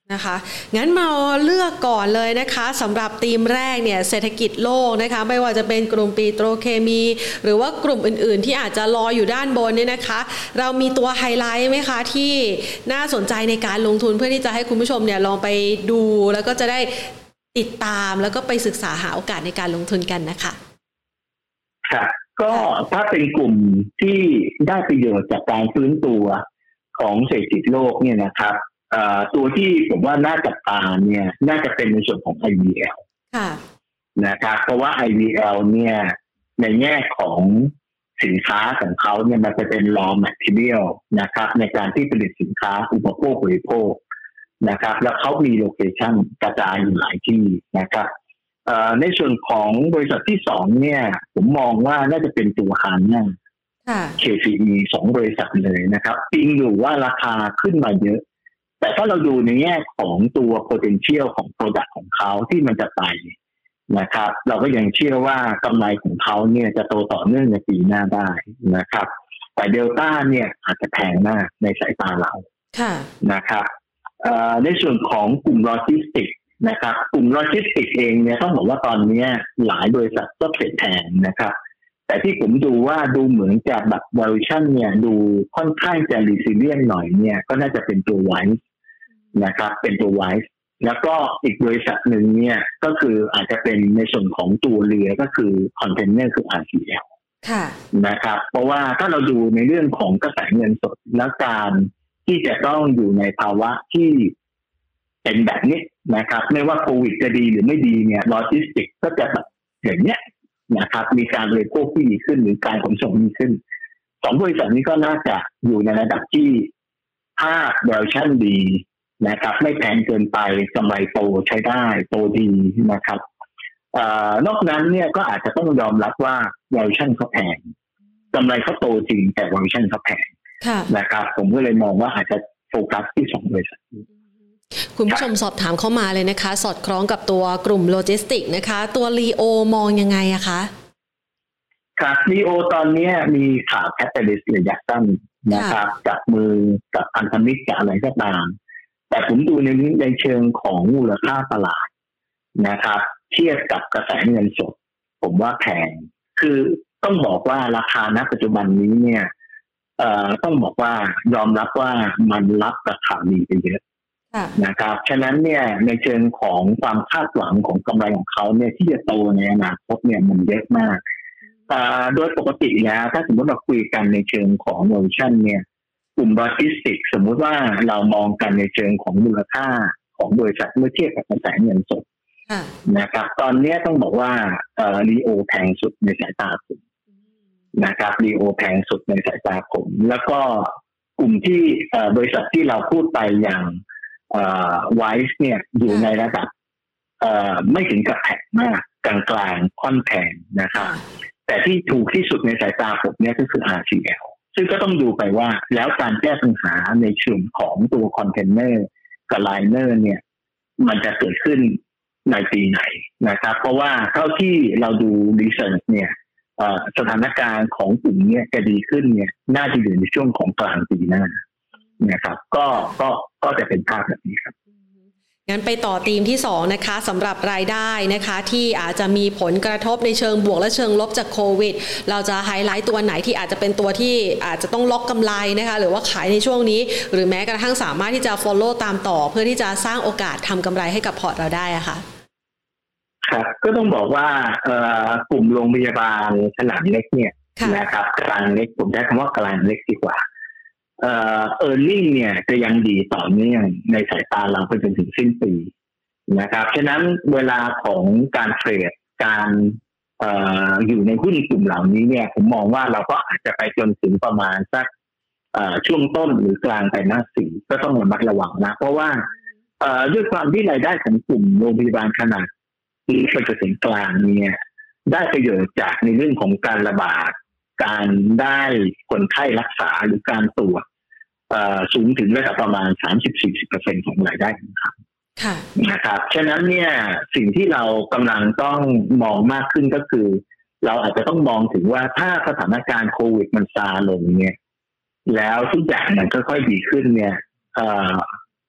นะคะงั้นมาเลือกก่อนเลยนะคะสำหรับธีมแรกเนี่ยเศรษฐกิจโลกนะคะไม่ว่าจะเป็นกลุ่มปิโตรเคมีหรือว่ากลุ่มอื่นๆที่อาจจะลอยอยู่ด้านบนเนี่ยนะคะเรามีตัวไฮไลท์ไหมคะที่น่าสนใจในการลงทุนเพื่อที่จะให้คุณผู้ชมเนี่ยลองไปดูแล้วก็จะได้ติดตามแล้วก็ไปศึกษาหาโอกาสในการลงทุนกันนะคะค่ะก็ถ้าเป็นกลุ่มที่ได้ประโยชน์จากการฟื้นตัวของเศรษฐกิจโลกเนี่ยนะครับตัวที่ผมว่าน่าจับตาเนี่ยน่าจะเป็นในส่วนของ ไอ วี แอลค่ะนะครับเพราะว่า ไอ วี แอล เนี่ยในแง่ของสินค้าของเขาเนี่ยมันจะเป็น raw material นะครับในการที่ผลิตสินค้าอุปโภคบริโภคนะครับแล้วเขามีโลเคชั่นกระจายอยู่หลายที่นะครับในส่วนของบริษัทที่สองเนี่ยผมมองว่าน่าจะเป็นตัวฮาน่า เค ซี อี สองบริษัทเลยนะครับจริงอยู่ว่าราคาขึ้นมาเยอะแต่ถ้าเราดูในแง่ของตัว potential ของ product ของเขาที่มันจะไปนะครับเราก็ยังเชื่อว่ากำไรของเขาเนี่ยจะโตต่อเนื่องในปีหน้าได้นะครับแต่เดลต้าเนี่ยอาจจะแพงมากในสายตาเรานะครับในส่วนของกลุ่มโลจิสติกส์นะครับกลุ่มโลจิสติกส์เองเนี่ยต้องบอกว่าตอนนี้หลายบริษัทก็เทรดแพงนะครับแต่ที่ผมดูว่าดูเหมือนจะแบบ valuation เนี่ยดูค่อนข้างจะ resilient หน่อยเนี่ยก็น่าจะเป็นตัว Wise นะครับเป็นตัว Wise แล้วก็อีกบริษัทหนึ่งเนี่ยก็คืออาจจะเป็นในส่วนของตัวเรือก็คือ container คือ อาร์ ซี แอลค่ะนะครับเพราะว่าถ้าเราดูในเรื่องของกระแสเงินสดและการที่จะต้องอยู่ในภาวะที่เป็นแบบนี้นะครับไม่ว่าโควิดจะดีหรือไม่ดีเนี่ยโลจิสติกก็จะแบบอย่างเนี้ยนะครับมีการบริโภคที่ดีขึ้นหรือการขนส่งดีขึ้นสองบริษัทนี้ก็น่าจะอยู่ในระดับที่ถ้า valuation ดีนะครับไม่แพงเกินไปกำไรโตใช้ได้โตดีนะครับเอ่อนอกนั้นเนี่ยก็อาจจะต้องยอมรับว่า valuation เขาแพงกำไรเขาโตจริงแต่ valuation เขาแพงนะครับผมก็เลยมองว่าอาจจะโฟกัสที่สองบริษัทคุณผู้ชมสอบถามเข้ามาเลยนะคะสอดคล้องกับตัวกลุ่มโลจิสติกนะคะตัวลีโอมองยังไงอะคะครับลีโอตอนนี้มีข่าวแคตตาลิสต์ระยะสั้นนะครับกับมือกับพันธมิตรกับอะไรก็ตามแต่ผมดูในนี้ในเชิงของมูลค่าตลาดนะครับเทียบกับกระแสเงินสดผมว่าแพงคือต้องบอกว่าราคาณปัจจุบันนี้เนี่ยเอ่อต้องบอกว่ายอมรับว่ามันรับราคาดีไปเยอะนะครับฉะนั้นเนี่ยในเชิงของความคาดหวังของกำไรของเขาเนี่ยที่จะโตในอนาคตเนี่ยมันเยอะมากโดยปกติแล้วถ้าสมมติเราคุยกันในเชิงของ valuation เนี่ยกลุ่มโลจิสติกส์สมมุติว่าเรามองกันในเชิงของมูลค่าของบริษัทเมื่อเทียบกับกระแสเงินสดนะครับตอนนี้ต้องบอกว่าเอ่อลีโอแพงสุดในสายตาผมนะครับลีโอแพงสุดในสายตาผมแล้วก็กลุ่มที่บริษัทที่เราพูดไปอย่างเอ่อ Wise เนี่ยอยู่ในระดับเอ่อไม่ถึงกับแพงมากกลางๆค่อนแพงนะครับแต่ที่ถูกที่สุดในสายตาผมเนี่ยก็คือ อาร์ ซี แอล ซึ่งก็ต้องดูไปว่าแล้วการแก้ปัญหาในเชิงของตัวคอนเทนเนอร์กับไลเนอร์เนี่ยมันจะเกิดขึ้นในปีไหนนะครับเพราะว่าเท่าที่เราดูรีเสิร์ชเนี่ยสถานการณ์ของกลุ่มนี้จะดีขึ้นเนี่ยน่าจะอยู่ในช่วงของกลางปีหน้านะครับก็ก็ก็จะเป็นภาพแบบนี้ครับงั้นไปต่อธีมที่สองนะคะสำหรับรายได้นะคะที่อาจจะมีผลกระทบในเชิงบวกและเชิงลบจากโควิดเราจะไฮไลท์ตัวไหนที่อาจจะเป็นตัวที่อาจจะต้องล็อกกำไรนะคะหรือว่าขายในช่วงนี้หรือแม้กระทั่งสามารถที่จะ follow ตามต่อเพื่อที่จะสร้างโอกาสทำกำไรให้กับพอร์ตเราได้อะค่ะครับก็ต้องบอกว่ากลุ่มโรงพยาบาลขนาดเล็กเนี่ยนะครับกลางเล็กผมใช้คำว่ากลางเล็กดีกว่าเอ่อ earning เนี่ยจะยังดีต่อเนื่องในสายตาเราไปจนถึงสิ้นปีนะครับฉะนั้นเวลาของการเทรดการเอ่ออยู่ในหุ้นกลุ่มเหล่านี้เนี่ยผมมองว่าเราก็อาจจะไปจนถึงประมาณสักเอ่อช่วงต้นหรือกลางไตรมาสสี่ก็ต้องระมัดระวังนะเพราะว่าเอ่อด้วยความที่รายได้ของกลุ่มโรงพยาบาลขนาดที่ไปจนถึงกลางเนี่ยได้ประโยชน์จากในเรื่องของการระบาดการได้คนไข้รักษาหรือการตรวจสูงถึงระดับประมาณ สามสิบถึงสี่สิบเปอร์เซ็นต์ ของรายได้ของเขานะครับฉะนั้นเนี่ยสิ่งที่เรากำลังต้องมองมากขึ้นก็คือเราอาจจะต้องมองถึงว่าถ้าสถานการณ์โควิดมันซาลงเนี่ยแล้วทุกอย่างมันค่อยๆดีขึ้นเนี่ย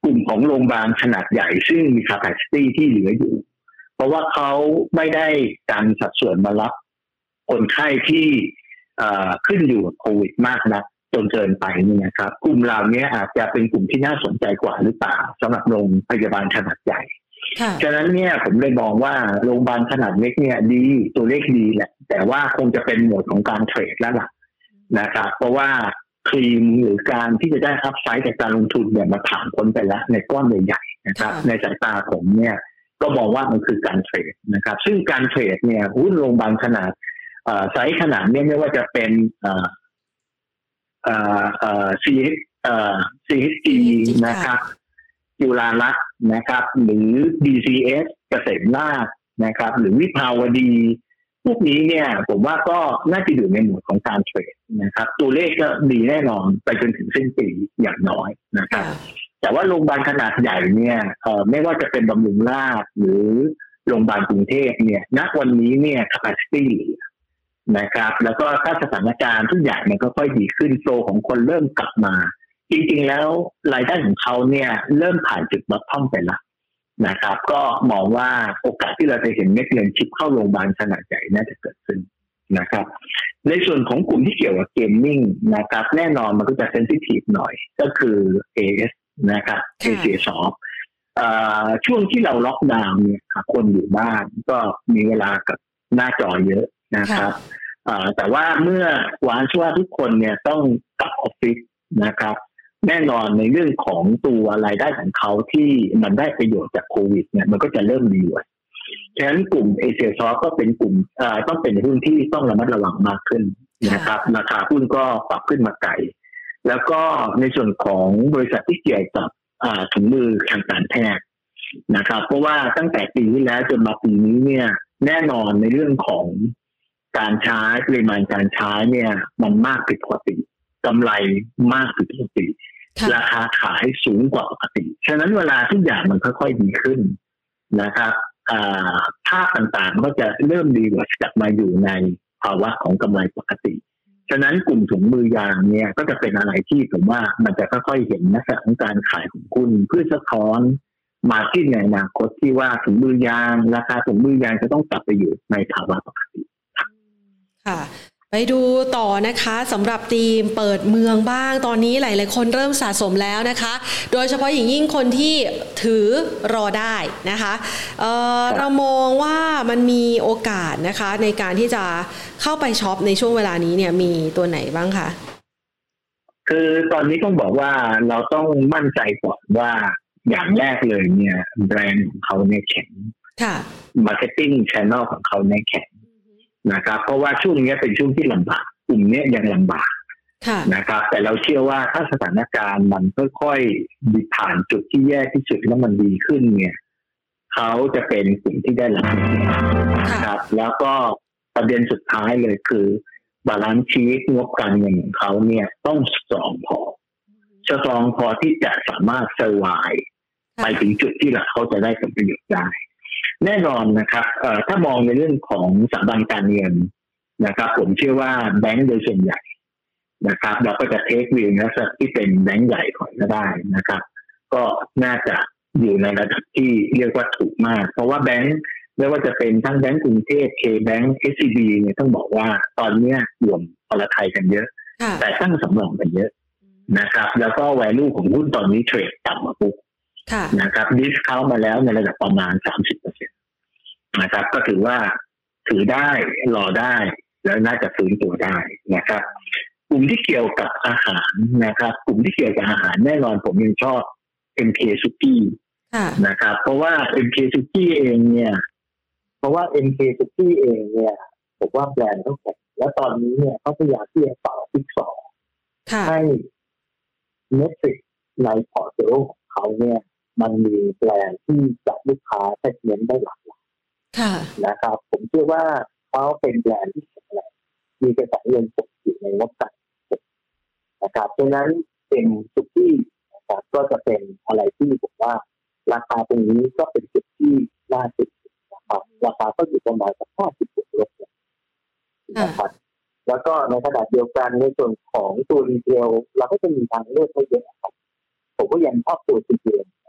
กลุ่มของโรงพยาบาลขนาดใหญ่ซึ่งมี capacity ที่เหลืออยู่เพราะว่าเขาไม่ได้การสัดส่วนมารับคนไข้ที่ขึ้นอยู่กับโควิดมากนักจนเกินไปนี่นะครับกลุ่มเหล่านี้อาจจะเป็นกลุ่มที่น่าสนใจกว่าหรือเปล่าสำหรับโรงพยาบาลขนาดใหญ่ฉะนั้นเนี่ยผมเลยมองว่าโรงพยาบาลขนาดเล็กเนี่ยดีตัวเลขดีแหละแต่ว่าคงจะเป็นโหมดของการเทรดแล้วล่ะนะครับเพราะว่าครีมหรือการที่จะได้อัพไซด์จากการลงทุนเนี่ยมาผ่านพ้นไปแล้วในก้อนใหญ่ๆนะครับในสายตาผมเนี่ยก็มองว่ามันคือการเทรดนะครับซึ่งการเทรดเนี่ยหุ้นโรงพยาบาลขนาดไซส์ขนาดนี้ไม่ว่าจะเป็นเอ่อเอ่อเอ่อ ซี เอช เอ่อ ซี เอช จี นะครับจุฬาลักษณ์นะครับหรือ ดี ซี เอส เกษมราษฎร์นะครับหรือวิภาวดีพวกนี้เนี่ยผมว่าก็น่าจะอยู่ในหมวดของการเทรดนะครับตัวเลขก็ดีแน่นอนไปจนถึงสิ้นปีอย่างน้อยนะครับแต่ว่าโรงพยาบาลขนาดใหญ่เนี่ยเอ่อไม่ว่าจะเป็นบำรุงราษฎร์หรือโรงพยาบาลกรุงเทพเนี่ยณวันนี้เนี่ย capacity นะครับแล้วก็ถ้าสถานการณ์ทุกอย่างมันก็ค่อยดีขึ้นโฟลของคนเริ่มกลับมาจริงๆแล้วรายได้ของเขาเนี่ยเริ่มผ่านจุดบอททอมไปแล้วนะครับก็มองว่าโอกาสที่เราจะเห็นเม็ดเงินชิปเข้าโรงพยาบาลขนาดใหญ่น่าจะเกิดขึ้นนะครับในส่วนของกลุ่มที่เกี่ยวกับเกมมิ่งนะครับแน่นอนมันก็จะเซนซิทีฟหน่อยก็คือ เอ เอส นะครับ Asia Soft ช่วงที่เราล็อกดาวน์เนี่ยคนอยู่บ้านก็มีเวลากับหน้าจอเยอะนะครับแต่ว่าเมื่อวานช่วงทุกคนเนี่ยต้องกลับออฟฟิศนะครับแน่นอนในเรื่องของตัวรายได้ของเขาที่มันได้ประโยชน์จากโควิดเนี่ยมันก็จะเริ่มดีกว่าฉะนั้นกลุ่ม Asia Soft ก็เป็นกลุ่มต้องเป็นหุ้นที่ต้องระมัดระวังมากขึ้นนะครับราคาหุ้นก็ปรับขึ้นมาไกลแล้วก็ในส่วนของบริษัทที่เกี่ยวกับถุงมือทางการแพทย์นะครับเพราะว่าตั้งแต่ปีที่แล้วจนมาปีนี้เนี่ยแน่นอนในเรื่องของการใช้ปริมาณการใช้เนี่ยมันมากผิดปกติกำไรมากผิดปกติราคาขายสูงกว่าปกติฉะนั้นเวลาทุกอย่างมันค่อยๆดีขึ้นนะครับภาพต่างๆก็จะเริ่มดีกว่ากลับมาอยู่ในภาวะของกำไรปกติฉะนั้นกลุ่มถุงมือยางเนี่ยก็จะเป็นอะไรที่ผมว่ามันจะค่อยๆเห็นลักษณะของการขายของคุณเพื่อสะท้อนมาที่ในอนาคตที่ว่าถุงมือยางราคาถุงมือยางจะต้องกลับไปอยู่ในภาวะปกติค่ะไปดูต่อนะคะสำหรับธีมเปิดเมืองบ้างตอนนี้หลายๆคนเริ่มสะสมแล้วนะคะโดยเฉพาะอย่างยิ่งคนที่ถือรอได้นะคะเอ่อเรามองว่ามันมีโอกาสนะคะในการที่จะเข้าไปช็อปในช่วงเวลานี้เนี่ยมีตัวไหนบ้างคะคือตอนนี้ต้องบอกว่าเราต้องมั่นใจก่อนว่าอย่างแรกเลยเนี่ยแบรนด์ของเขาเนี่ยแข็งค่ะ marketing channel ของเขาเนี่ยแข็งนะครับเพราะว่าช่วงนี้เป็นช่วงที่ลำบากกลุ่มนี้ยังลำบากนะครับแต่เราเชื่อว่าถ้าสถานการณ์มันค่อยๆดีผ่านจุดที่แย่ที่สุดแล้วมันดีขึ้นเนี่ยเขาจะเป็นกลุ่มที่ได้รับนะครับแล้วก็ประเด็นสุดท้ายเลยคือบาลานซ์ชีวิตงบการเงินของเขาเนี่ยต้องสตรองพอสตรองพอที่จะสามารถเซอร์ไวฟ์ไปถึงจุดที่เขาจะได้ผลประโยชน์ได้แน่นอนนะครับถ้ามองในเรื่องของสถาบันการเงินนะครับผมเชื่อว่าแบงก์โดยส่วนใหญ่นะครับเราก็จะเทควิวนะที่เป็นแบงก์ใหญ่ก่อนก็ได้นะครับก็น่าจะอยู่ในระดับที่เรียกว่าถูกมากเพราะว่าแบงก์ไม่ว่าจะเป็นทั้งแบงก์กรุงเทพ K-Bank เอส ซี บี เนี่ยต้องบอกว่าตอนนี้รวมพลไทยกันเยอะแต่ตั้งสำรองกันเยอะนะครับแล้วก็ value ของหุ้นตอนนี้เทรดต่ำมาปุ๊บนะครับดิสเคาท์มาแล้วในระดับประมาณ สามสิบเปอร์เซ็นต์ นะครับก็ถือว่าถือได้รอได้แล้วน่าจะฟื้นตัวได้นะครับกลุ่มที่เกี่ยวกับอาหารนะครับกลุ่มที่เกี่ยวกับอาหารแน่นอนผมยังชอบ เอ็ม เค Suki นะครับเพราะว่า เอ็ม เค Suki เองเนี่ยเพราะว่า เอ็ม เค Suki เองเนี่ยผมว่าแบรนด์ต้องแข็งและตอนนี้เนี่ยเขาพยายามที่จะต่อจิ๊กซอว์ให้เมทริกในพอร์ตโฟลิโอของเขาเนี่ยมันมีแบรนด์ที่จับลูกค้าเซกเมนต์ได้หลากหลายนะครับผมเชื่อว่าเขาเป็นแบรนด์ที่แข็งแรงมีกระแสเงินสดอยู่ในงบการนะครับฉะนั้นเป็นสุกี้นะครับก็จะเป็นอะไรที่ผมว่าราคาตรงนี้ก็เป็นจุดที่น่าสนใจนะครับราคาก็อยู่ประมาณสักห้าสิบบวกลบนะครับแล้วก็ในขณะเดียวกันในส่วนของตัวรีเทลเราก็จะมีทางเลือกไม่เยอะครับผมก็ยังชอบตัวซีเจ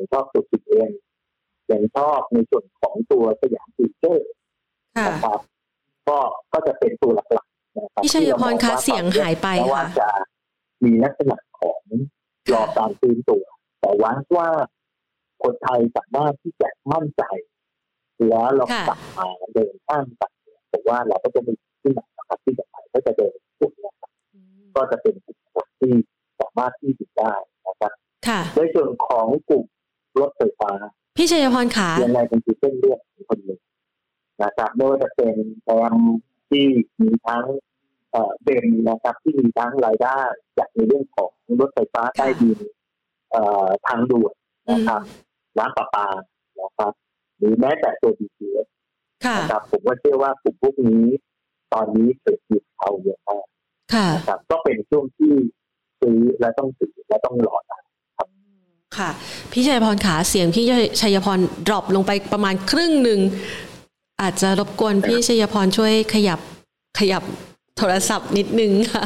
ยังชอบตัวสิบเอ็นยังชอบในส่วนของตัวสยามฟิวเจอร์นะครับก็ก็จะเป็นตัวหลักๆนะครับพี่ชัยพรคะเสียงหายไปค่ะว่าจะมีลักษณะของรอการฟื้นตัวแต่ว่าว่าคนไทยสามารถที่จะมั่นใจแล้วเรากลับมาเดินข้ามกันแต่ว่าเราก็จะมีที่ไหนนะครับที่จะไปก็จะเดินสุดนะครับก็จะเป็นกลุ่มที่สามารถที่จะได้นะครับในส่วนของกลุ่มรถไฟฟ้าพี่ชัยพรขายังไงเป็นจุดเส้นเลือดของคนหนึ่งนะครับไม่ว่าจะเป็นแอมที่มีทั้งเอ่อเบนนะครับที่มีทั้งรายได้จากในเรื่องของรถไฟฟ้าใต้ดินเอ่อทางด่วนนะครับน้ำประปานะครับหรือแม้แต่ตัว บี ที เอส นะครับผมว่าเชื่อว่ากลุ่มพวกนี้ตอนนี้เกิดขึ้นเขาเยอะมากนะครับก็เป็นช่วงที่ซื้อและต้องซื้อและต้องรอครับค่ะพี่ชัยพรขาเสียงพี่ชัยพรดรอปลงไปประมาณครึ่งหนึ่งอาจจะรบกวนพี่ชัยพรช่วยขยับขยับโทรศัพท์นิดนึงค่ะ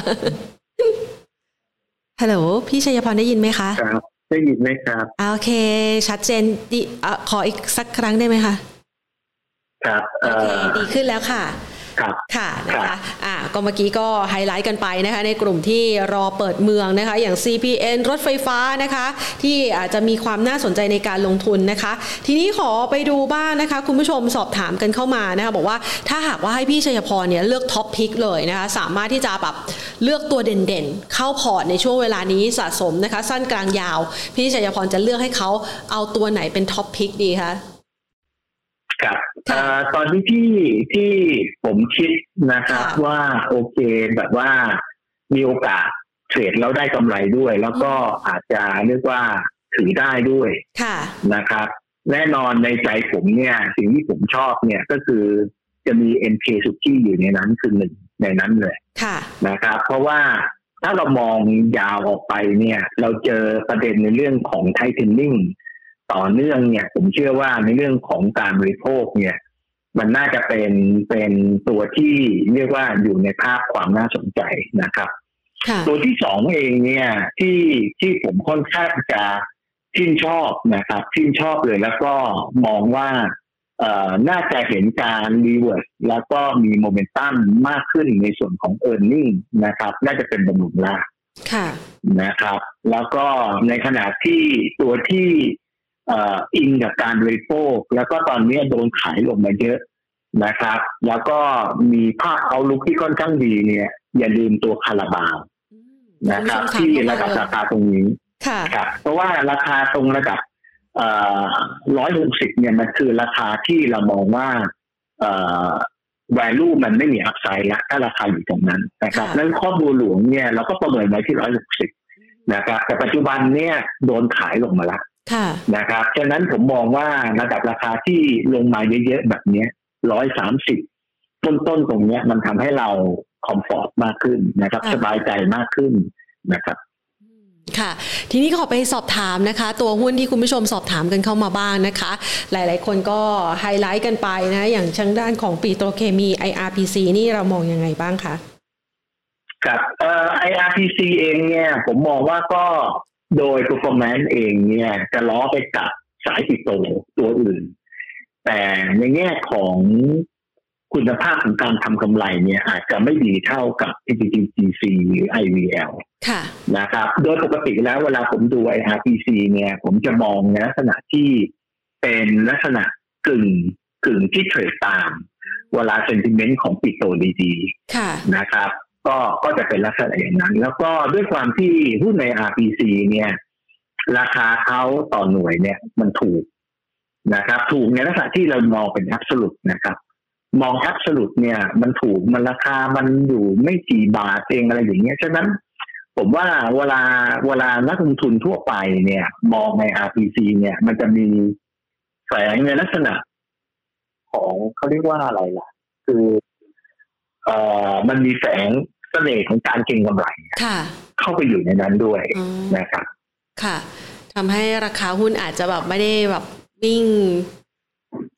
ฮัลโหลพี่ชัยพรได้ยินไหมคะครับได้ยินไหมครับโอเคชัดเจนดีขออีกสักครั้งได้ไหมคะครับโอเคดีขึ้นแล้วค่ะครับค่ะนะคะอ่าก็เมื่อกี้ก็ไฮไลท์กันไปนะคะในกลุ่มที่รอเปิดเมืองนะคะอย่าง ซี พี เอ็น รถไฟฟ้านะคะที่อาจจะมีความน่าสนใจในการลงทุนนะคะทีนี้ขอไปดูบ้างนะคะคุณผู้ชมสอบถามกันเข้ามานะคะบอกว่าถ้าหากว่าให้พี่ชัยพรเนี่ยเลือกท็อปพิกเลยนะคะสามารถที่จะแบบเลือกตัวเด่นๆเข้าพอร์ตในช่วงเวลานี้สะสมนะคะสั้นกลางยาวพี่ชัยพรจะเลือกให้เขาเอาตัวไหนเป็นท็อปพิกดีคะครับตอนที่ที่ที่ผมคิดนะครับว่าโอเคแบบว่ามีโอกาสเทรดแล้วได้กำไรด้วยแล้วก็อาจจะเรียกว่าถือได้ด้วยนะครับแน่นอนในใจผมเนี่ยสิ่งที่ผมชอบเนี่ยก็คือจะมี เอ็น เค Suki อยู่ในนั้นคือหนึ่งในนั้นเลยนะครับเพราะว่าถ้าเรามองยาวออกไปเนี่ยเราเจอประเด็นในเรื่องของไทเทนนิ่งต่อเนื่องเนี่ยผมเชื่อว่าในเรื่องของการบริโภคเนี่ยมันน่าจะเป็นเป็นตัวที่เรียกว่าอยู่ในภาพความน่าสนใจนะครับตัวที่สองเองเนี่ยที่ที่ผมค่อนข้างจะชื่นชอบนะครับชื่นชอบเลยแล้วก็มองว่าเอ่อน่าจะเห็นการรีเวิร์สแล้วก็มีโมเมนตัมมากขึ้นในส่วนของ earning นะครับน่าจะเป็นบำรุงรากนะครับแล้วก็ในขณะที่ตัวที่อินกับการบริโภคแล้วก็ตอนนี้โดนขายลงมาเยอะนะครับแล้วก็มีภาพเอาลุกที่ค่อนข้างดีเนี่ยอย่าลืมตัวคาราบาวนะครับที่ระดับราคาตรงนี้ครับเพราะว่าราคาตรงระดับหนึ่งร้อยหกสิบเนี่ยมันคือราคาที่เรามองว่าvalue มันไม่มีอัพไซด์ละถ้าราคาอยู่ตรงนั้นนะครับนั้นข้อมูลหลวงเนี่ยเราก็ประเมินไว้ที่หนึ่งร้อยหกสิบนะครับแต่ปัจจุบันเนี่ยโดนขายลงมาละนะครับฉะนั้นผมมองว่าระดับราคาที่ลงมาเยอะๆแบบนี้หนึ่งร้อยสามสิบต้นๆตรงนี้มันทำให้เราคอมฟอร์ตมากขึ้นนะครับสบายใจมากขึ้นนะครับค่ะทีนี้ขอไปสอบถามนะคะตัวหุ้นที่คุณผู้ชมสอบถามกันเข้ามาบ้างนะคะหลายๆคนก็ไฮไลท์กันไปนะอย่างทางด้านของปิโตรเคมี ไอ อาร์ พี ซี นี่เรามองยังไงบ้างคะครับเอ่อ ไอ อาร์ พี ซี เองเนี่ยผมมองว่าก็โดย performance เองเนี่ยจะล้อไปกับสายปิโตรตัวอื่นแต่ในแง่ของคุณภาพของการทำกำไรเนี่ยอาจจะไม่ดีเท่ากับ เอ จี จี จี ซี หรือ ไอ วี แอลค่ะนะครับโดยปกติแล้วเวลาผมดู ไอ อาร์ พี ซี เนี่ยผมจะมองในลักษณะที่เป็นลักษณะกึ่งกึ่งที่เทรดตามเวลา sentiment ของปิโตรดีๆนะครับก็ก็จะเป็นลักษณะอย่างนั้นแล้วก็ด้วยความที่หุ้นใน อาร์ พี ซี เนี่ยราคาเขาต่อหน่วยเนี่ยมันถูกนะครับถูกในลักษณะที่เรามองเป็น absolute นะครับมอง absolute เนี่ยมันถูกมันราคามันอยู่ไม่กี่บาทเองอะไรอย่างเงี้ยฉะนั้นผมว่าเวลาเวลานักลงทุนทั่วไปเนี่ยมองใน อาร์ พี ซี เนี่ยมันจะมีแฝงในลักษณะของเขาเรียกว่าอะไรล่ะคือเอ่อมันมีแฝงเสน่ห์ของการเก็งกำไรเข้าไปอยู่ในนั้นด้วยนะครับค่ะทำให้ราคาหุ้นอาจจะแบบไม่ได้แบบวิ่ง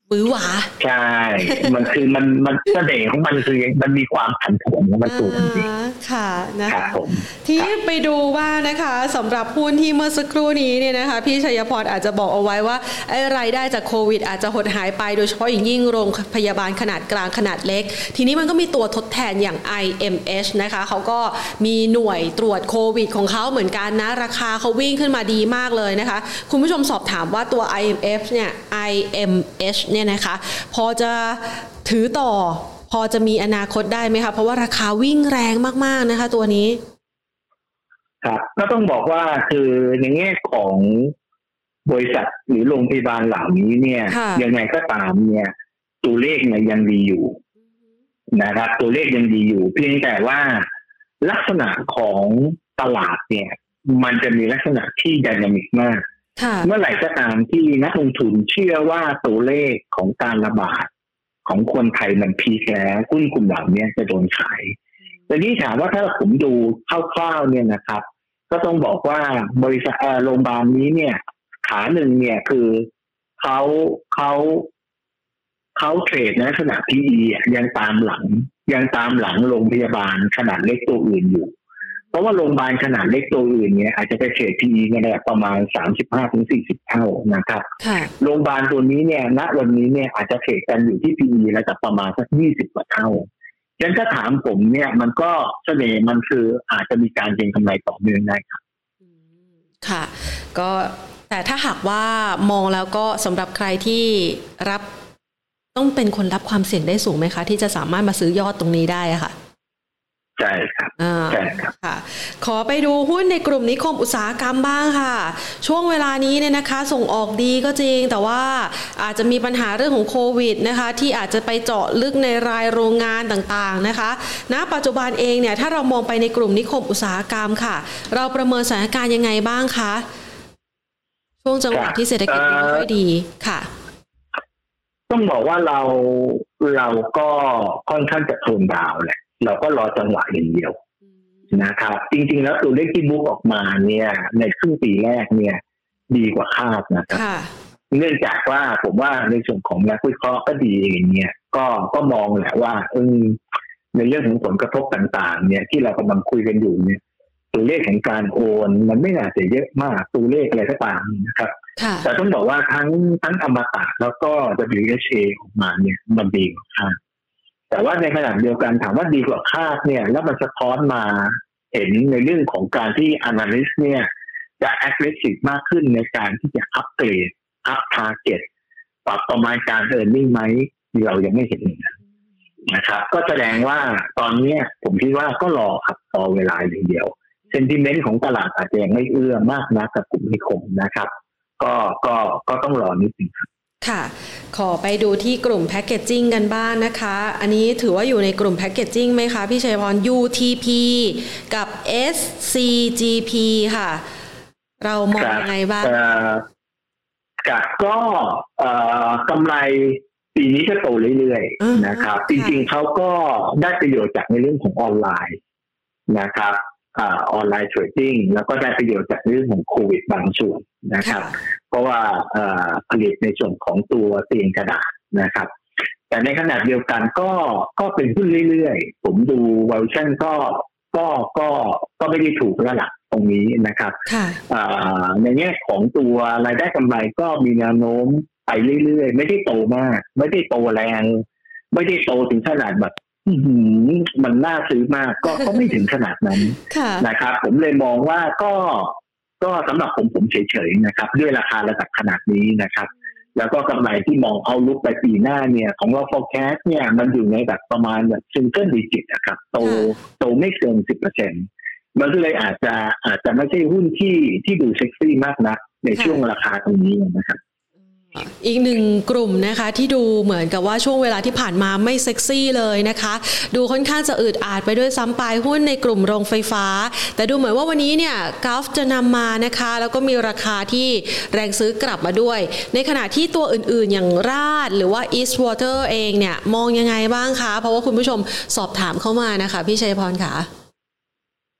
หวือหวาใช่ มันคือมันมันเสน่ห์ของมันคือมันมีความผันผวนของมันสูงจริงค่ะนะคะผมที่ไปดูว่านะคะสำหรับหุ้นที่เมื่อสักครู่นี้เนี่ยนะคะพี่ชัยพรอาจจะบอกเอาไว้ว่าไอ้รายได้จากโควิดอาจจะหดหายไปโดยเฉพาะอย่างยิ่งโรงพยาบาลขนาดกลางขนาดเล็กทีนี้มันก็มีตัวทดแทนอย่าง ไอ เอ็ม เอช นะคะเขาก็มีหน่วยตรวจโควิดของเขาเหมือนกันนะราคาเขาวิ่งขึ้นมาดีมากเลยนะคะคุณผู้ชมสอบถามว่าตัว ไอ เอ็ม เอฟ เนี่ย ไอ เอ็ม เอช เนี่ยนะคะพอจะถือต่อพอจะมีอนาคตได้ไหมคะเพราะว่าราคาวิ่งแรงมากๆนะคะตัวนี้ครับก็ต้องบอกว่าคือในแง่ของบริษัทหรือโรงพยาบาลเหล่านี้เนี่ยยังไงก็ตามเนี่ยตัวเลขเนี่ยยังดีอยู่นะครับตัวเลขยังดีอยู่เพียงแต่ว่าลักษณะของตลาดเนี่ยมันจะมีลักษณะที่ไดนามิกมากเมื่อไหร่ก็ตามที่นักลงทุนเชื่อว่าตัวเลขของการระบาดของคนไทยมันพีคแล้วหุ้นกลุ่มเหล่านี้จะโดนขายแต่นี่ถามว่าถ้าผมดูคร่าวๆเนี่ยนะครับก็ต้องบอกว่าบริษัทโรงพยาบาลนี้เนี่ยขาหนึ่งเนี่ยคือเขาเขาเขาเทรดในลักษณะ พี อี ยังตามหลังยังตามหลังโรงพยาบาลขนาดเล็กตัวอื่นอยู่เพราะว่าโรงพยาบาลขนาดเล็กตัวอื่นเนี่ยอาจจะไปเทรด พี อี ในระดับประมาณ สามสิบห้าถึงสี่สิบ เท่านะครับโรงพยาบาลตัวนี้เนี่ยณวันนี้เนี่ยอาจจะเทรดกันอยู่ที่ พี อี ระดับประมาณสักยี่สิบกว่าเท่าฉะนั้นถ้าถามผมเนี่ยมันก็เสน่ห์มันคืออาจจะมีการเก็งกำไรต่อเนื่องได้ครับค่ะก็แต่ถ้าหากว่ามองแล้วก็สำหรับใครที่รับต้องเป็นคนรับความเสี่ยงได้สูงไหมคะที่จะสามารถมาซื้อยอดตรงนี้ได้ค่ะใช่ครับใช่ครับค่ะขอไปดูหุ้นในกลุ่มนิคมอุตสาหกรรมบ้างค่ะช่วงเวลานี้เนี่ยนะคะส่งออกดีก็จริงแต่ว่าอาจจะมีปัญหาเรื่องของโควิดนะคะที่อาจจะไปเจาะลึกในรายโรงงานต่างๆนะคะณปัจจุบันเองเนี่ยถ้าเรามองไปในกลุ่มนิคมอุตสาหกรรมค่ะเราประเมินสถานการณ์ยังไงบ้างคะช่วงจังหวะที่เศรษฐกิจไม่ค่อยดีค่ะต้องบอกว่าเราเราก็ค่อนข้างจะโทนดาวแหละเราก็รอจังหวะอย่างเดียวนะครับจริงๆแล้วตัวเลขที่บุ๊กออกมาเนี่ยในครึ่งปีแรกเนี่ยดีกว่าคาดนะครับเนื่องจากว่าผมว่าในส่วนของนักวิเคราะห์ก็ดีเองเนี่ยก็ก็มองแหละว่าเออในเรื่องของผลกระทบต่างๆเนี่ยที่เรากำลังคุยกันอยู่เนี่ยตัวเลขของการโอนมันไม่น่าจะเยอะมากตัวเลขอะไรก็ตามนะครับแต่ต้องบอกว่าทั้งทั้งอมตะแล้วก็ ดับเบิลยู เอช เอ ออกมาเนี่ยมันดีกว่าคาดแต่ว่าในขณะเดียวกันถามว่าดีกว่าคาดเนี่ยแล้วมันสะท้อนมาเห็นในเรื่องของการที่ analyst เนี่ยจะ aggressive มากขึ้นในการที่จะอัปเกรด up target ปรับประมาณการ earning ไหมเรายังไม่เห็นนะครับก็แสดงว่าตอนนี้ผมคิดว่าก็รอครับรอเวลาอย่างเดียว sentiment ของตลาดอาจจะยังไม่เอื้อมากนักกับกลุ่มนิคมนะครับก็ก็ก็ต้องรอนิดนึงครับค่ะขอไปดูที่กลุ่มแพคเกจจิ้งกันบ้าง น, นะคะอันนี้ถือว่าอยู่ในกลุ่มแพคเกจจิ้งไหมคะพี่ชัยพร ยู ที พี กับ เอส ซี จี พี ค่ะเรามองยังไงบ้างกับก็กำไรปีนี้ก็โตเรื่อยๆนะครับจริงๆเขาก็ได้ประโยชน์จากในเรื่องของออนไลน์นะครับออนไลน์เทรดดิ้งแล้วก็ได้ประโยชน์จากเรื่องของโควิดบางส่วนนะครับเพราะว่าผลิตในส่วนของตัวเตียงกระดาษนะครับแต่ในขณะเดียวกันก็ก็เป็นขึ้นเรื่อยๆผมดู valuation ก็ก็ก็ก็ไม่ได้ถูกระดับตรงนี้นะครับในแง่ของตัวรายได้กำไรก็มีแนวโน้มไปเรื่อยๆไม่ได้โตมากไม่ได้โตแรงไม่ได้โตถึงขนาดแบบมันน่าซื้อมากก็ก็ไม่ถึงขนาดนั้นนะครับผมเลยมองว่าก็ก็สำหรับผมผมเฉยๆนะครับด้วยราคาระดับขนาดนี้นะครับแล้วก็กำไรที่มองเอาลุกไปปีหน้าเนี่ยของเรา forecast เนี่ยมันอยู่ในแบบประมาณแบบ single digit นะครับโตโตไม่เกิน สิบเปอร์เซ็นต์ มันก็เลยอาจจะอาจจะไม่ใช่หุ้นที่ที่ดูเซ็กซี่มากนักในช่วงราคาตรงนี้นะครับอีกหนึ่งกลุ่มนะคะที่ดูเหมือนกับว่าช่วงเวลาที่ผ่านมาไม่เซ็กซี่เลยนะคะดูค่อนข้างจะอืดอาดไปด้วยซ้ำไปหุ้นในกลุ่มโรงไฟฟ้าแต่ดูเหมือนว่าวันนี้เนี่ยกราฟจะนำมานะคะแล้วก็มีราคาที่แรงซื้อกลับมาด้วยในขณะที่ตัวอื่นๆอย่างราดหรือว่า East Water เองเนี่ยมองยังไงบ้างคะเพราะว่าคุณผู้ชมสอบถามเข้ามานะคะพี่ชัยพรค่ะครับ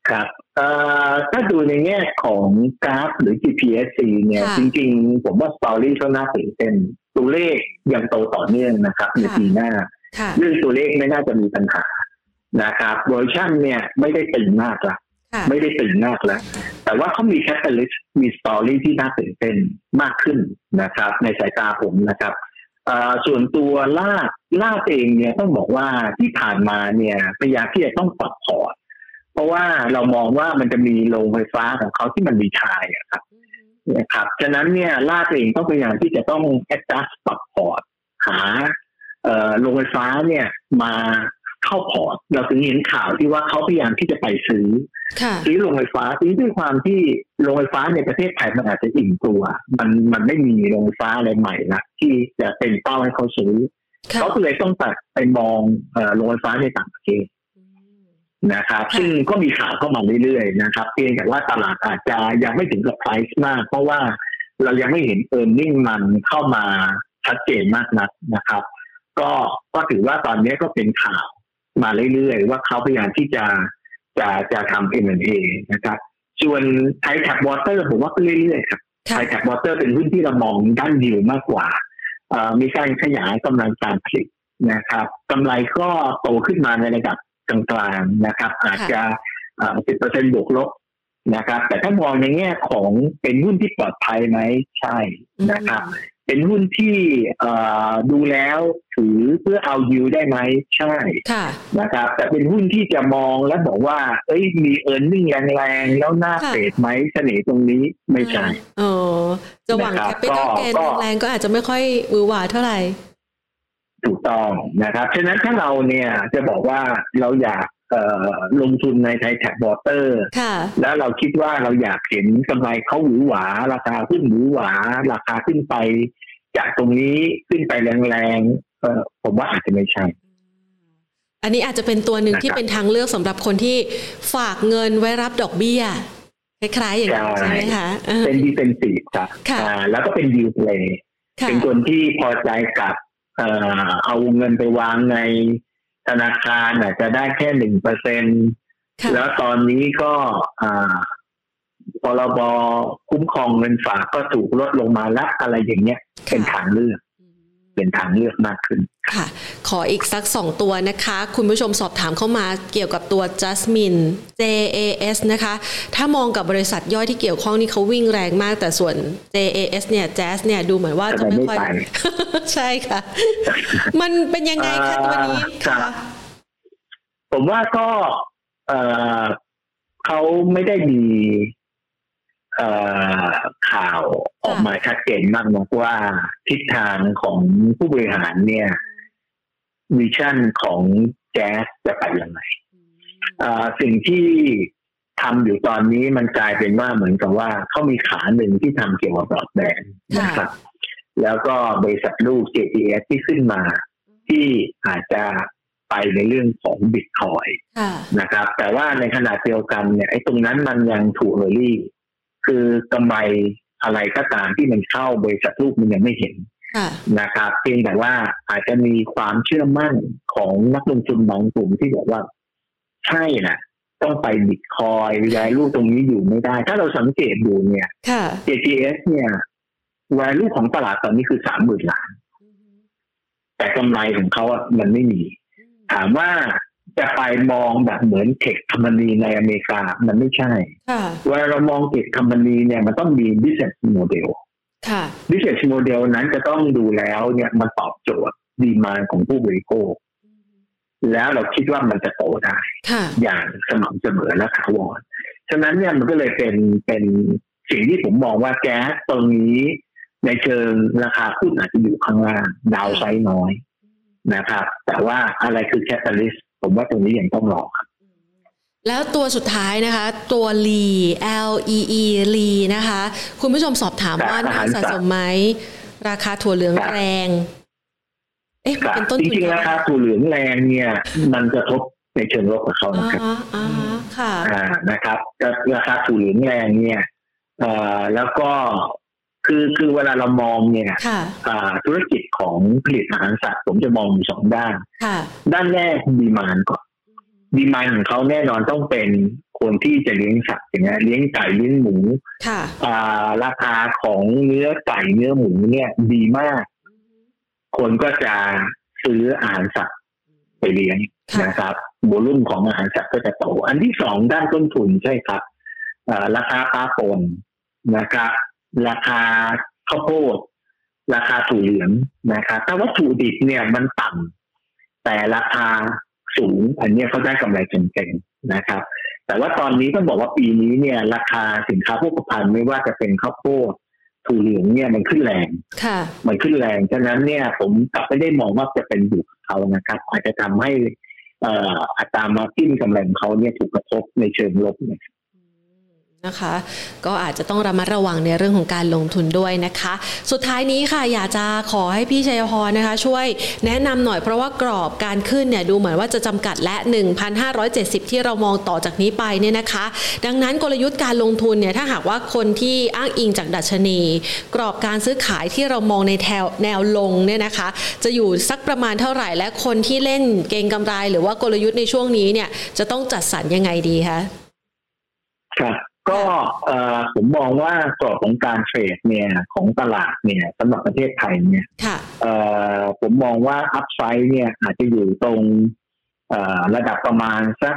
เอ่อถ้าดูในแง่ของกราฟหรือ จี พี เอส ซี เนี่ยจริงๆผมว่าสตอรี่ก็น่าตื่นเต้นตัวเลขยังโตต่อเนื่องนะครับในปีหน้าเรื่องตัวเลขไม่น่าจะมีปัญหานะครับเวอร์ชันเนี่ยไม่ได้ตึงมากละไม่ได้ตึงมากแล้วแต่ว่าเขามีแคตตาลิสต์มีสตอรี่ที่น่าตื่นเต้นมากขึ้นนะครับในสายตาผมนะครับส่วนตัวลาดลาดเองเนี่ยต้องบอกว่าที่ผ่านมาเนี่ยพยายามที่จะต้องปรับพอร์ตเพราะว่าเรามองว่ามันจะมีโรงไฟฟ้าของเขาที่มันมีทายอะครับนะครับฉะนั้นเนี่ยลาดเองต้องพยายามที่จะต้อง adjust ปรับพอร์ตหาโรงไฟฟ้าเนี่ยมาเข้าพอร์ตเราถึงเห็นข่าวที่ว่าเขาพยายามที่จะไปซื้อซื้อโรงไฟฟ้าซื้อด้วยความที่โรงไฟฟ้าในประเทศไทยมันอาจจะอิ่มตัวมันมันไม่มีโรงไฟฟ้าอะไรใหม่ละที่จะเป็นเป้าให้เขาซื้อเขาก็เลยต้องตัดไปมองโรงไฟฟ้าในต่างประเทศนะครับซึ่งก็มีข่าวเข้ามาเรื่อยๆนะครับเพียงแต่ว่าตลาดอาจจะยังไม่ถึงกับไพรซ์มากเพราะว่าเรายังไม่เห็น earning มันเข้ามาชัดเจนมากนักนะครับก็ก็ถือว่าตอนนี้ก็เป็นข่าวมาเรื่อยๆว่าเขาพยายามที่จะจะจะทำ เอ็ม แอนด์ เอ นะครับส่วนไทยแท็บวอเตอร์ผมว่าก็เรื่อยๆครับไทยแท็บวอเตอร์เป็นหุ้นที่เรามองด้านยิวมากกว่ามีการขยายกำลังการผลิตนะครับกำไรก็โตขึ้นมาในระดับกลางๆนะครับอาจจะ สิบเปอร์เซ็นต์ บวกลบนะครับแต่ถ้ามองในแง่ของเป็นหุ้นที่ปลอดภัยไหมใช่นะครับเป็นหุ้นที่ดูแล้วถือเพื่อเอายิวได้ไหมใช่นะครับแต่เป็นหุ้นที่จะมองและบอกว่าเอ้ยมีเอิร์นนิ่งแรงๆแล้วน่าเทรดไหมเสน่ห์ตรงนี้ไม่ใช่อ๋อจะหวังแคปิตอลเกนแรงก็อาจจะไม่ค่อยอือหวาเท่าไหร่ถูกต้องนะครับฉะนั้นถ้าเราเนี่ยจะบอกว่าเราอยากลงทุนในไทยแท็บวอเตอร์แล้วเราคิดว่าเราอยากเห็นกำไรเขาหวือหวาราคาขึ้นหวือหวาราคาขึ้นไปจากตรงนี้ขึ้นไปแรงๆผมว่าอาจจะไม่ใช่อันนี้อาจจะเป็นตัวหนึ่งที่เป็นทางเลือกสำหรับคนที่ฝากเงินไว้รับดอกเบี้ยคล้ายๆอย่างนี้ใช่ไหมคะเป็นดิเฟนซีฟครับแล้วก็เป็นดิวเพลย์เป็นคนที่พอใจกับเอาเงินไปวางในธนาคารอาจจะได้แค่หนึ่งเปอร์เซ็นต์แล้วตอนนี้ก็พรบคุ้มครองเงินฝากก็ถูกลดลงมาละอะไรอย่างเงี้ยเป็นทางเลือกเป็นทางเลือกมากขึ้นค่ะขออีกสักสองตัวนะคะคุณผู้ชมสอบถามเข้ามาเกี่ยวกับตัว Jasmine เจ เอ เอส นะคะถ้ามองกับบริษัทย่อยที่เกี่ยวข้องนี่เขาวิ่งแรงมากแต่ส่วน เจ เอ เอส เนี่ย Jazz เนี่ยดูเหมือนว่าจะไม่ค่อยใช่ค่ะมันเป็นยังไงคะตัวนี้ค่ะผมว่าก็เอ่อเขาไม่ได้มีเอ่อข่าวออกมาชัดเจนมากนะว่าทิศทางของผู้บริหารเนี่ยวิชั่นของแจ๊สจะไปยังไงสิ่งที่ทำอยู่ตอนนี้มันกลายเป็นว่าเหมือนกับว่าเขามีขาหนึ่งที่ทำเกี่ยวกับบรอดแบนด์นะครับแล้วก็บริษัทลูก เจ ที เอส ที่ขึ้นมาที่อาจจะไปในเรื่องของ Bitcoin นะครับแต่ว่าในขณะเดียวกันเนี่ยไอ้ตรงนั้นมันยังถูกเออร์ลี่คือกำไรอะไรก็ตามที่มันเข้าบริษัทลูกมันยังไม่เห็นนะครับเพียงแต่ว่าอาจจะมีความเชื่อมั่นของนักลงทุนบางกลุ่มที่บอกว่าใช่นะต้องไป Bitcoin วิจัยลูกตรงนี้อยู่ไม่ได้ถ้าเราสังเกตดูเนี่ย เจ ที เอส เนี่ย value ของตลาดตอนนี้คือ สามหมื่น ล้านแต่กำไรของเขาอ่ะมันไม่มีถามว่าจะไปมองแบบเหมือนเทคคอมพานีในอเมริกามันไม่ใช่เวลาเรามองเทคคอมพานีเนี่ยมันต้องมี business model business model นั้นจะต้องดูแล้วเนี่ยมันตอบโจทย์ดีมานด์ของผู้บริโภคแล้วเราคิดว่ามันจะโตได้อย่างสม่ำเสมอและถาวรฉะนั้นเนี่ยมันก็เลยเป็นเป็นสิ่งที่ผมมองว่าแก๊สตรงนี้ในเชิงราคาหุ้นอาจจะอยู่ข้างล่างดาวไซด์น้อยนะครับแต่ว่าอะไรคือแคตตาลิสต์ผมว่าตรงนี้ยังต้องรอครับแล้วตัวสุดท้ายนะคะตัว ลี แอล อี อี ลีนะคะคุณผู้ชมสอบถามว่าน่าสะสมไหมราคาถั่วเหลืองแรงเอ๊ะเป็นต้นทุนจริงๆราคาถั่วเหลืองแรงเนี่ยมันกระทบในเชิงลบกับเขานะครับอ่าค่ะอ่านะครับราคาถั่วเหลืองแรงเนี่ยเอ่อแล้วก็คือคือเวลาเรามองเนี่ยธุรกิจของผลิตอาหารสัตว์ผมจะมองอยู่สองด้านด้านแรกดีมานด์ก่อนดีมานด์ของเขาแน่นอนต้องเป็นคนที่จะเลี้ยงสัตว์อย่างเงี้ยเลี้ยงไก่เลี้ยงหมูค่ะอ่าราคาของเนื้อไก่เนื้อหมูเนี่ยดีมากคนก็จะซื้ออาหารสัตว์ไปเลี้ยงนะครับโวลุ่มของอาหารสัตว์ก็จะโตอันที่สองด้านต้นทุนใช่ครับราคาปลาปนนะครับราคาข้าวโพดราคาถั่วเหลืองนะครับถ้าวัตถุดิบเนี่ยมันต่ำแต่ราคาสูงอันนี้เขาได้กำไรเก่งๆนะครับแต่ว่าตอนนี้ต้องบอกว่าปีนี้เนี่ยราคาสินค้าโภคภัณฑ์ไม่ว่าจะเป็นข้าวโพดถั่วเหลืองเนี่ยมันขึ้นแรงมันขึ้นแรงฉะนั้นเนี่ยผมกลับไม่ได้มองว่าจะเป็นบุกเขานะครับอาจจะทำให้อัตรามาร์จิ้นกำไรของเขาเนี่ยถูกกระทบในเชิงลบนะคะก็อาจจะต้องระมัดระวังในเรื่องของการลงทุนด้วยนะคะสุดท้ายนี้ค่ะอยากจะขอให้พี่ชัยพรนะคะช่วยแนะนำหน่อยเพราะว่ากรอบการขึ้นเนี่ยดูเหมือนว่าจะจำกัดและ หนึ่งพันห้าร้อยเจ็ดสิบ ที่เรามองต่อจากนี้ไปเนี่ยนะคะดังนั้นกลยุทธ์การลงทุนเนี่ยถ้าหากว่าคนที่อ้างอิงจากดัชนีกรอบการซื้อขายที่เรามองในแนวแนวลงเนี่ยนะคะจะอยู่สักประมาณเท่าไหร่และคนที่เล่นเก็งกำไรหรือว่ากลยุทธ์ในช่วงนี้เนี่ยจะต้องจัดสรรยังไงดีคะครับก็ผมมองว่ากรอบของการเทรดเนี่ยของตลาดเนี่ยสำหรับประเทศไทยเนี่ยผมมองว่าอัพไซด์เนี่ยอาจจะอยู่ตรงระดับประมาณสัก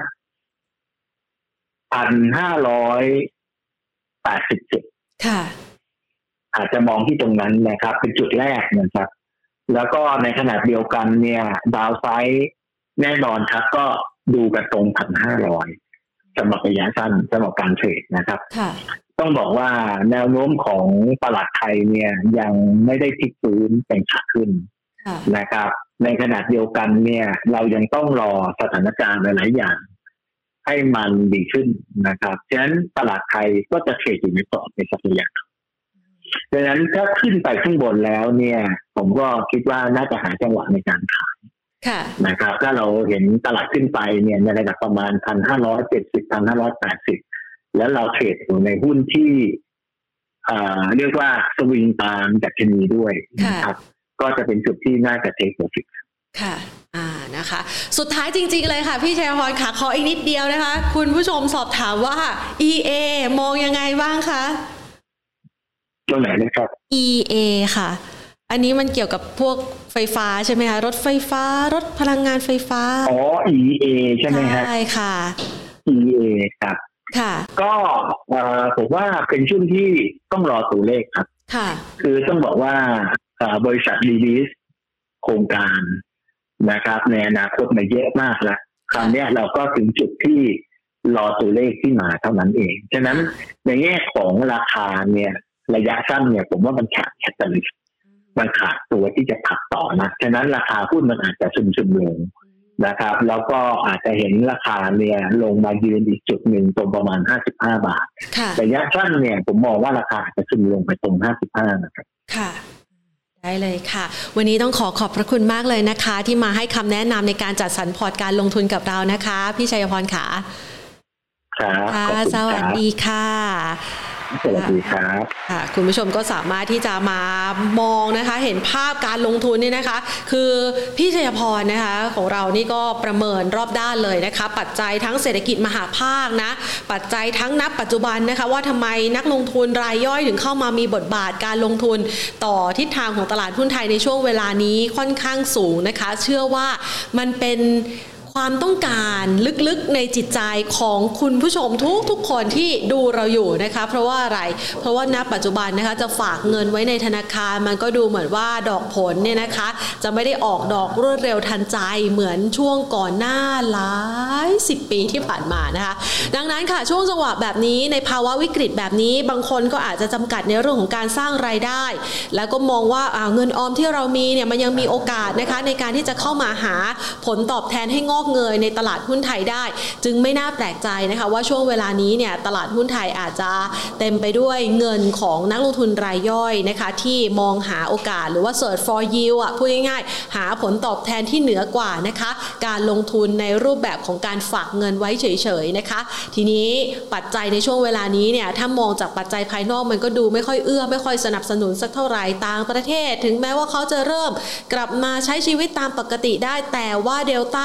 พันห้าร้อยแปดสิบจุดอาจจะมองที่ตรงนั้นนะครับเป็นจุดแรกนะครับแล้วก็ในขณะเดียวกันเนี่ยดาวไซด์แน่นอนครับก็ดูกันตรงพันห้าร้อยสำหรับระยะสั้นสำหรับการเทรดนะครับต้องบอกว่าแนวโน้มของตลาดไทยเนี่ยยังไม่ได้พลิกฟื้นเป็นขาขึ้นนะครับในขณะเดียวกันเนี่ยเรายังต้องรอสถานการณ์หลายๆอย่างให้มันดีขึ้นนะครับฉะนั้นตลาดไทยก็จะเทรดอยู่ในกรอบในสักระยะดังนั้นถ้าขึ้นไปข้างบนแล้วเนี่ยผมก็คิดว่าน่าจะหาจังหวะในการขายนะครับถ้าเราเห็นตลาดขึ้นไปเนี่ยในระดับประมาณ หนึ่งพันห้าร้อยเจ็ดสิบ หนึ่งพันห้าร้อยแปดสิบ แล้วเราเทรดอยู่ในหุ้นที่อ่าเรียกว่าสวิงตามดัชนีด้วยนะครับก็จะเป็นจุดที่น่าจะเทคโปรฟิตค่ะอ่านะคะสุดท้ายจริงๆเลยค่ะพี่ชัยพรค่ะขออีกนิดเดียวนะคะคุณผู้ชมสอบถามว่า อี เอ มองยังไงบ้างคะตัวไหนนะครับอี เอ ค่ะอันนี้มันเกี่ยวกับพวกไฟฟ้าใช่ไหมคะรถไฟฟ้ารถพลังงานไฟฟ้าอ๋อ อี เอ ใช่ไหมฮะใช่ค่ะอี เอ ครับค่ะก็ผมว่าเป็นช่วงที่ต้องรอตัวเลขครับค่ะคือต้องบอกว่าบริษัทรีลิสโครงการนะครับในอนาคตมาเยอะมากแล้วคราวนี้เราก็ถึงจุดที่รอตัวเลขที่มาเท่านั้นเองฉะนั้นในแง่ของราคาเนี่ยระยะสั้นเนี่ยผมว่ามันขาดแคตตาลิสต์มันขาดตัวที่จะผักต่อนะฉะนั้นราคาหุ้นมันอาจจะซึมๆลงนะครับแล้วก็อาจจะเห็นราคาเนี่ยลงมายืนอีกจุดหนึ่งตรงประมาณห้าสิบห้าบาทระยะสั้นเนี่ยผมมองว่าราคาจะซึมลงไปตรงห้าสิบห้านะครับค่ะได้เลยค่ะวันนี้ต้องขอขอบพระคุณมากเลยนะคะที่มาให้คำแนะนำในการจัดสรรพอร์ตการลงทุนกับเรานะคะพี่ชัยพรค่ะครับสวัสดีค่ะสวัสดีครับค่ะคุณผู้ชมก็สามารถที่จะมามองนะคะเห็นภาพการลงทุนนี่นะคะคือพี่ชัยพรนะคะของเรานี่ก็ประเมินรอบด้านเลยนะคะปัจจัยทั้งเศรษฐกิจมหาภาคนะปัจจัยทั้งณปัจจุบันนะคะว่าทำไมนักลงทุนรายย่อยถึงเข้ามามีบทบาทการลงทุนต่อทิศทางของตลาดหุ้นไทยในช่วงเวลานี้ค่อนข้างสูงนะคะเชื่อว่ามันเป็นความต้องการลึกๆในจิตใจของคุณผู้ชมทุกๆคนที่ดูเราอยู่นะคะเพราะว่าอะไรเพราะว่าณปัจจุบันนะคะจะฝากเงินไว้ในธนาคารมันก็ดูเหมือนว่าดอกผลเนี่ยนะคะจะไม่ได้ออกดอกรวดเร็วทันใจเหมือนช่วงก่อนหน้าหลายสิบปีที่ผ่านมานะคะดังนั้นค่ะช่วงจังหวะแบบนี้ในภาวะวิกฤตแบบนี้บางคนก็อาจจะจำกัดในเรื่องของการสร้างรายได้แล้วก็มองว่าเงินออมที่เรามีเนี่ยมันยังมีโอกาสนะคะในการที่จะเข้ามาหาผลตอบแทนให้งอกเงยในตลาดหุ้นไทยได้จึงไม่น่าแปลกใจนะคะว่าช่วงเวลานี้เนี่ยตลาดหุ้นไทยอาจจะเต็มไปด้วยเงินของนักลงทุนรายย่อยนะคะที่มองหาโอกาสหรือว่า search for yield อ่ะพูดง่ายๆหาผลตอบแทนที่เหนือกว่านะคะการลงทุนในรูปแบบของการฝากเงินไว้เฉยๆนะคะทีนี้ปัจจัยในช่วงเวลานี้เนี่ยถ้ามองจากปัจจัยภายนอกมันก็ดูไม่ค่อยเอื้อไม่ค่อยสนับสนุนสักเท่าไหร่ต่างประเทศถึงแม้ว่าเขาจะเริ่มกลับมาใช้ชีวิตตามปกติได้แต่ว่าเดลต้าก็ยังเป็น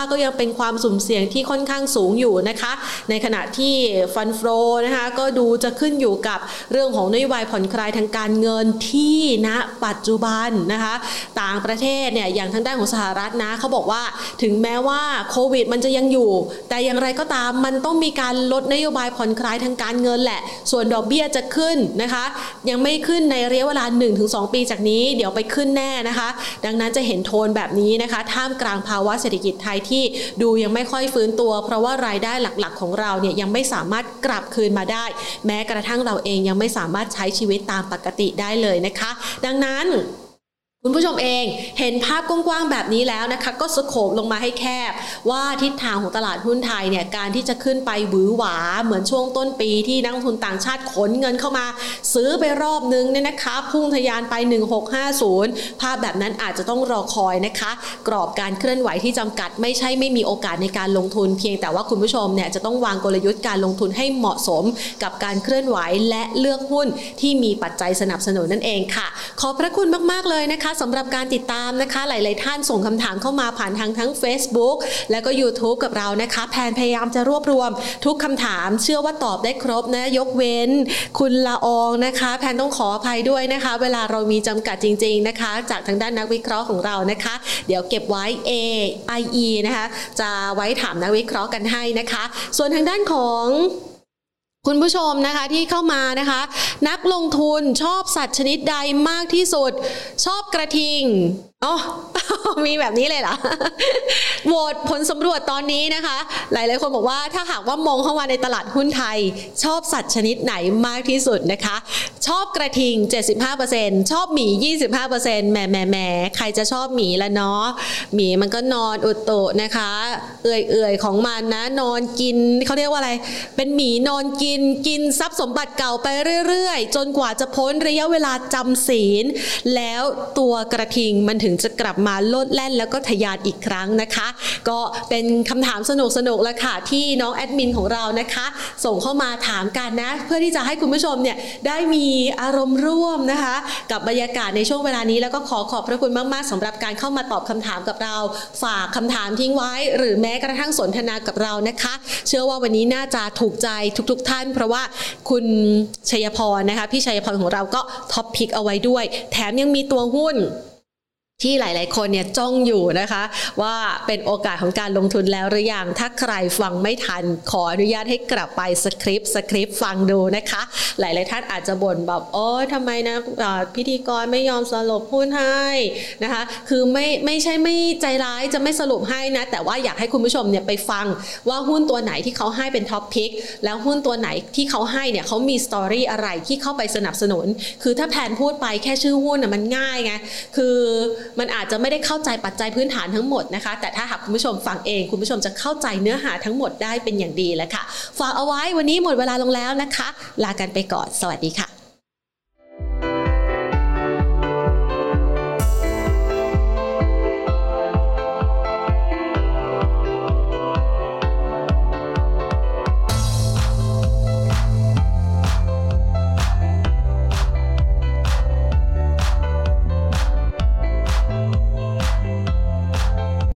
เป็นความสุ่มเสี่ยงที่ค่อนข้างสูงอยู่นะคะในขณะที่ฟันโฟนะคะก็ดูจะขึ้นอยู่กับเรื่องของนโยบายผ่อนคลายทางการเงินที่ณปัจจุบันนะคะต่างประเทศเนี่ยอย่างทางด้านของสหรัฐนะเขาบอกว่าถึงแม้ว่าโควิดมันจะยังอยู่แต่อย่างไรก็ตามมันต้องมีการลดนโยบายผ่อนคลายทางการเงินแหละส่วนดอกเบี้ยจะขึ้นนะคะยังไม่ขึ้นในระยะเวลา หนึ่งถึงสอง ปีจากนี้เดี๋ยวไปขึ้นแน่นะคะดังนั้นจะเห็นโทนแบบนี้นะคะท่ามกลางภาวะเศรษฐกิจไทยที่ดูยังไม่ค่อยฟื้นตัวเพราะว่ารายได้หลักๆของเราเนี่ยยังไม่สามารถกลับคืนมาได้แม้กระทั่งเราเองยังไม่สามารถใช้ชีวิตตามปกติได้เลยนะคะดังนั้นคุณผู้ชมเองเห็นภาพกว้างๆแบบนี้แล้วนะคะก็สโคปลงมาให้แคบว่าทิศทางของตลาดหุ้นไทยเนี่ยการที่จะขึ้นไปหวือหวาเหมือนช่วงต้นปีที่นักลงทุนต่างชาติขนเงินเข้ามาซื้อไปรอบนึงเนี่ยนะคะพุ่งทะยานไปหนึ่งพันหกร้อยห้าสิบภาพแบบนั้นอาจจะต้องรอคอยนะคะกรอบการเคลื่อนไหวที่จำกัดไม่ใช่ไม่มีโอกาสในการลงทุนเพียงแต่ว่าคุณผู้ชมเนี่ยจะต้องวางกลยุทธ์การลงทุนให้เหมาะสมกับการเคลื่อนไหวและเลือกหุ้นที่มีปัจจัยสนับสนุนนั่นเองค่ะขอบพระคุณมากๆเลยนะคะสำหรับการติดตามนะคะหลายๆท่านส่งคำถามเข้ามาผ่านทางทั้ง Facebook แล้วก็ YouTube กับเรานะคะแพนพยายามจะรวบรวมทุกคำถามเชื่อว่าตอบได้ครบนะยกเว้นคุณละอองนะคะแพนต้องขออภัยด้วยนะคะเวลาเรามีจำกัดจริงๆนะคะจากทางด้านนักวิเคราะห์ของเรานะคะเดี๋ยวเก็บไว้ A I E นะคะจะไว้ถามนักวิเคราะห์กันให้นะคะส่วนทางด้านของคุณผู้ชมนะคะที่เข้ามานะคะนักลงทุนชอบสัตว์ชนิดใดมากที่สุดชอบกระทิงอ๋อ มีแบบนี้เลยเหรอ โหวตผลสำรวจตอนนี้นะคะหลายๆคนบอกว่าถ้าหากว่ามองเข้ามาในตลาดหุ้นไทยชอบสัตว์ชนิดไหนมากที่สุดนะคะชอบกระทิง เจ็ดสิบห้าเปอร์เซ็นต์ ชอบหมี ยี่สิบห้าเปอร์เซ็นต์ แหมแหมแหมใครจะชอบหมีละเนาะหมีมันก็นอนอุดโตนะคะเอื่อยๆของมันนะนอนกินเขาเรียกว่าอะไรเป็นหมีนอนกินกินทรัพย์สมบัติเก่าไปเรื่อยๆจนกว่าจะพ้นระยะเวลาจำศีลแล้วตัวกระทิงมันถึงจะกลับมาโลดแล่นแล้วก็ทะยานอีกครั้งนะคะก็เป็นคำถามสนุกๆแล้วค่ะที่น้องแอดมินของเรานะคะส่งเข้ามาถามกันนะเพื่อที่จะให้คุณผู้ชมเนี่ยได้มีอารมณ์ร่วมนะคะกับบรรยากาศในช่วงเวลานี้แล้วก็ขอขอบพระคุณมากๆสำหรับการเข้ามาตอบคำถามกับเราฝากคำถามทิ้งไว้หรือแม้กระทั่งสนทนากับเรานะคะเชื่อว่าวันนี้น่าจะถูกใจทุกๆท่านเพราะว่าคุณชัยพรนะคะพี่ชัยพรของเราก็ท็อปพิกเอาไว้ด้วยแถมยังมีตัวหุ้นที่หลายๆคนเนี่ยจ้องอยู่นะคะว่าเป็นโอกาสของการลงทุนแล้วหรือยังถ้าใครฟังไม่ทันขออนุญาตให้กลับไปสคริปต์สคริปต์ฟังดูนะคะหลายๆท่านอาจจะบ่นแบบโอ๊ยทำไมนะพิธีกรไม่ยอมสรุปหุ้นให้นะคะคือไม่ไม่ใช่ไม่ใจร้ายจะไม่สรุปให้นะแต่ว่าอยากให้คุณผู้ชมเนี่ยไปฟังว่าหุ้นตัวไหนที่เขาให้เป็นท็อปพิกแล้วหุ้นตัวไหนที่เขาให้เนี่ยเขามีสตอรี่อะไรที่เข้าไปสนับสนุนคือถ้าแพนพูดไปแค่ชื่อหุ้นน่ะมันง่ายไงคือมันอาจจะไม่ได้เข้าใจปัจจัยพื้นฐานทั้งหมดนะคะแต่ถ้าหากคุณผู้ชมฟังเองคุณผู้ชมจะเข้าใจเนื้อหาทั้งหมดได้เป็นอย่างดีแล้วค่ะฝากเอาไว้วันนี้หมดเวลาลงแล้วนะคะลากันไปก่อนสวัสดีค่ะ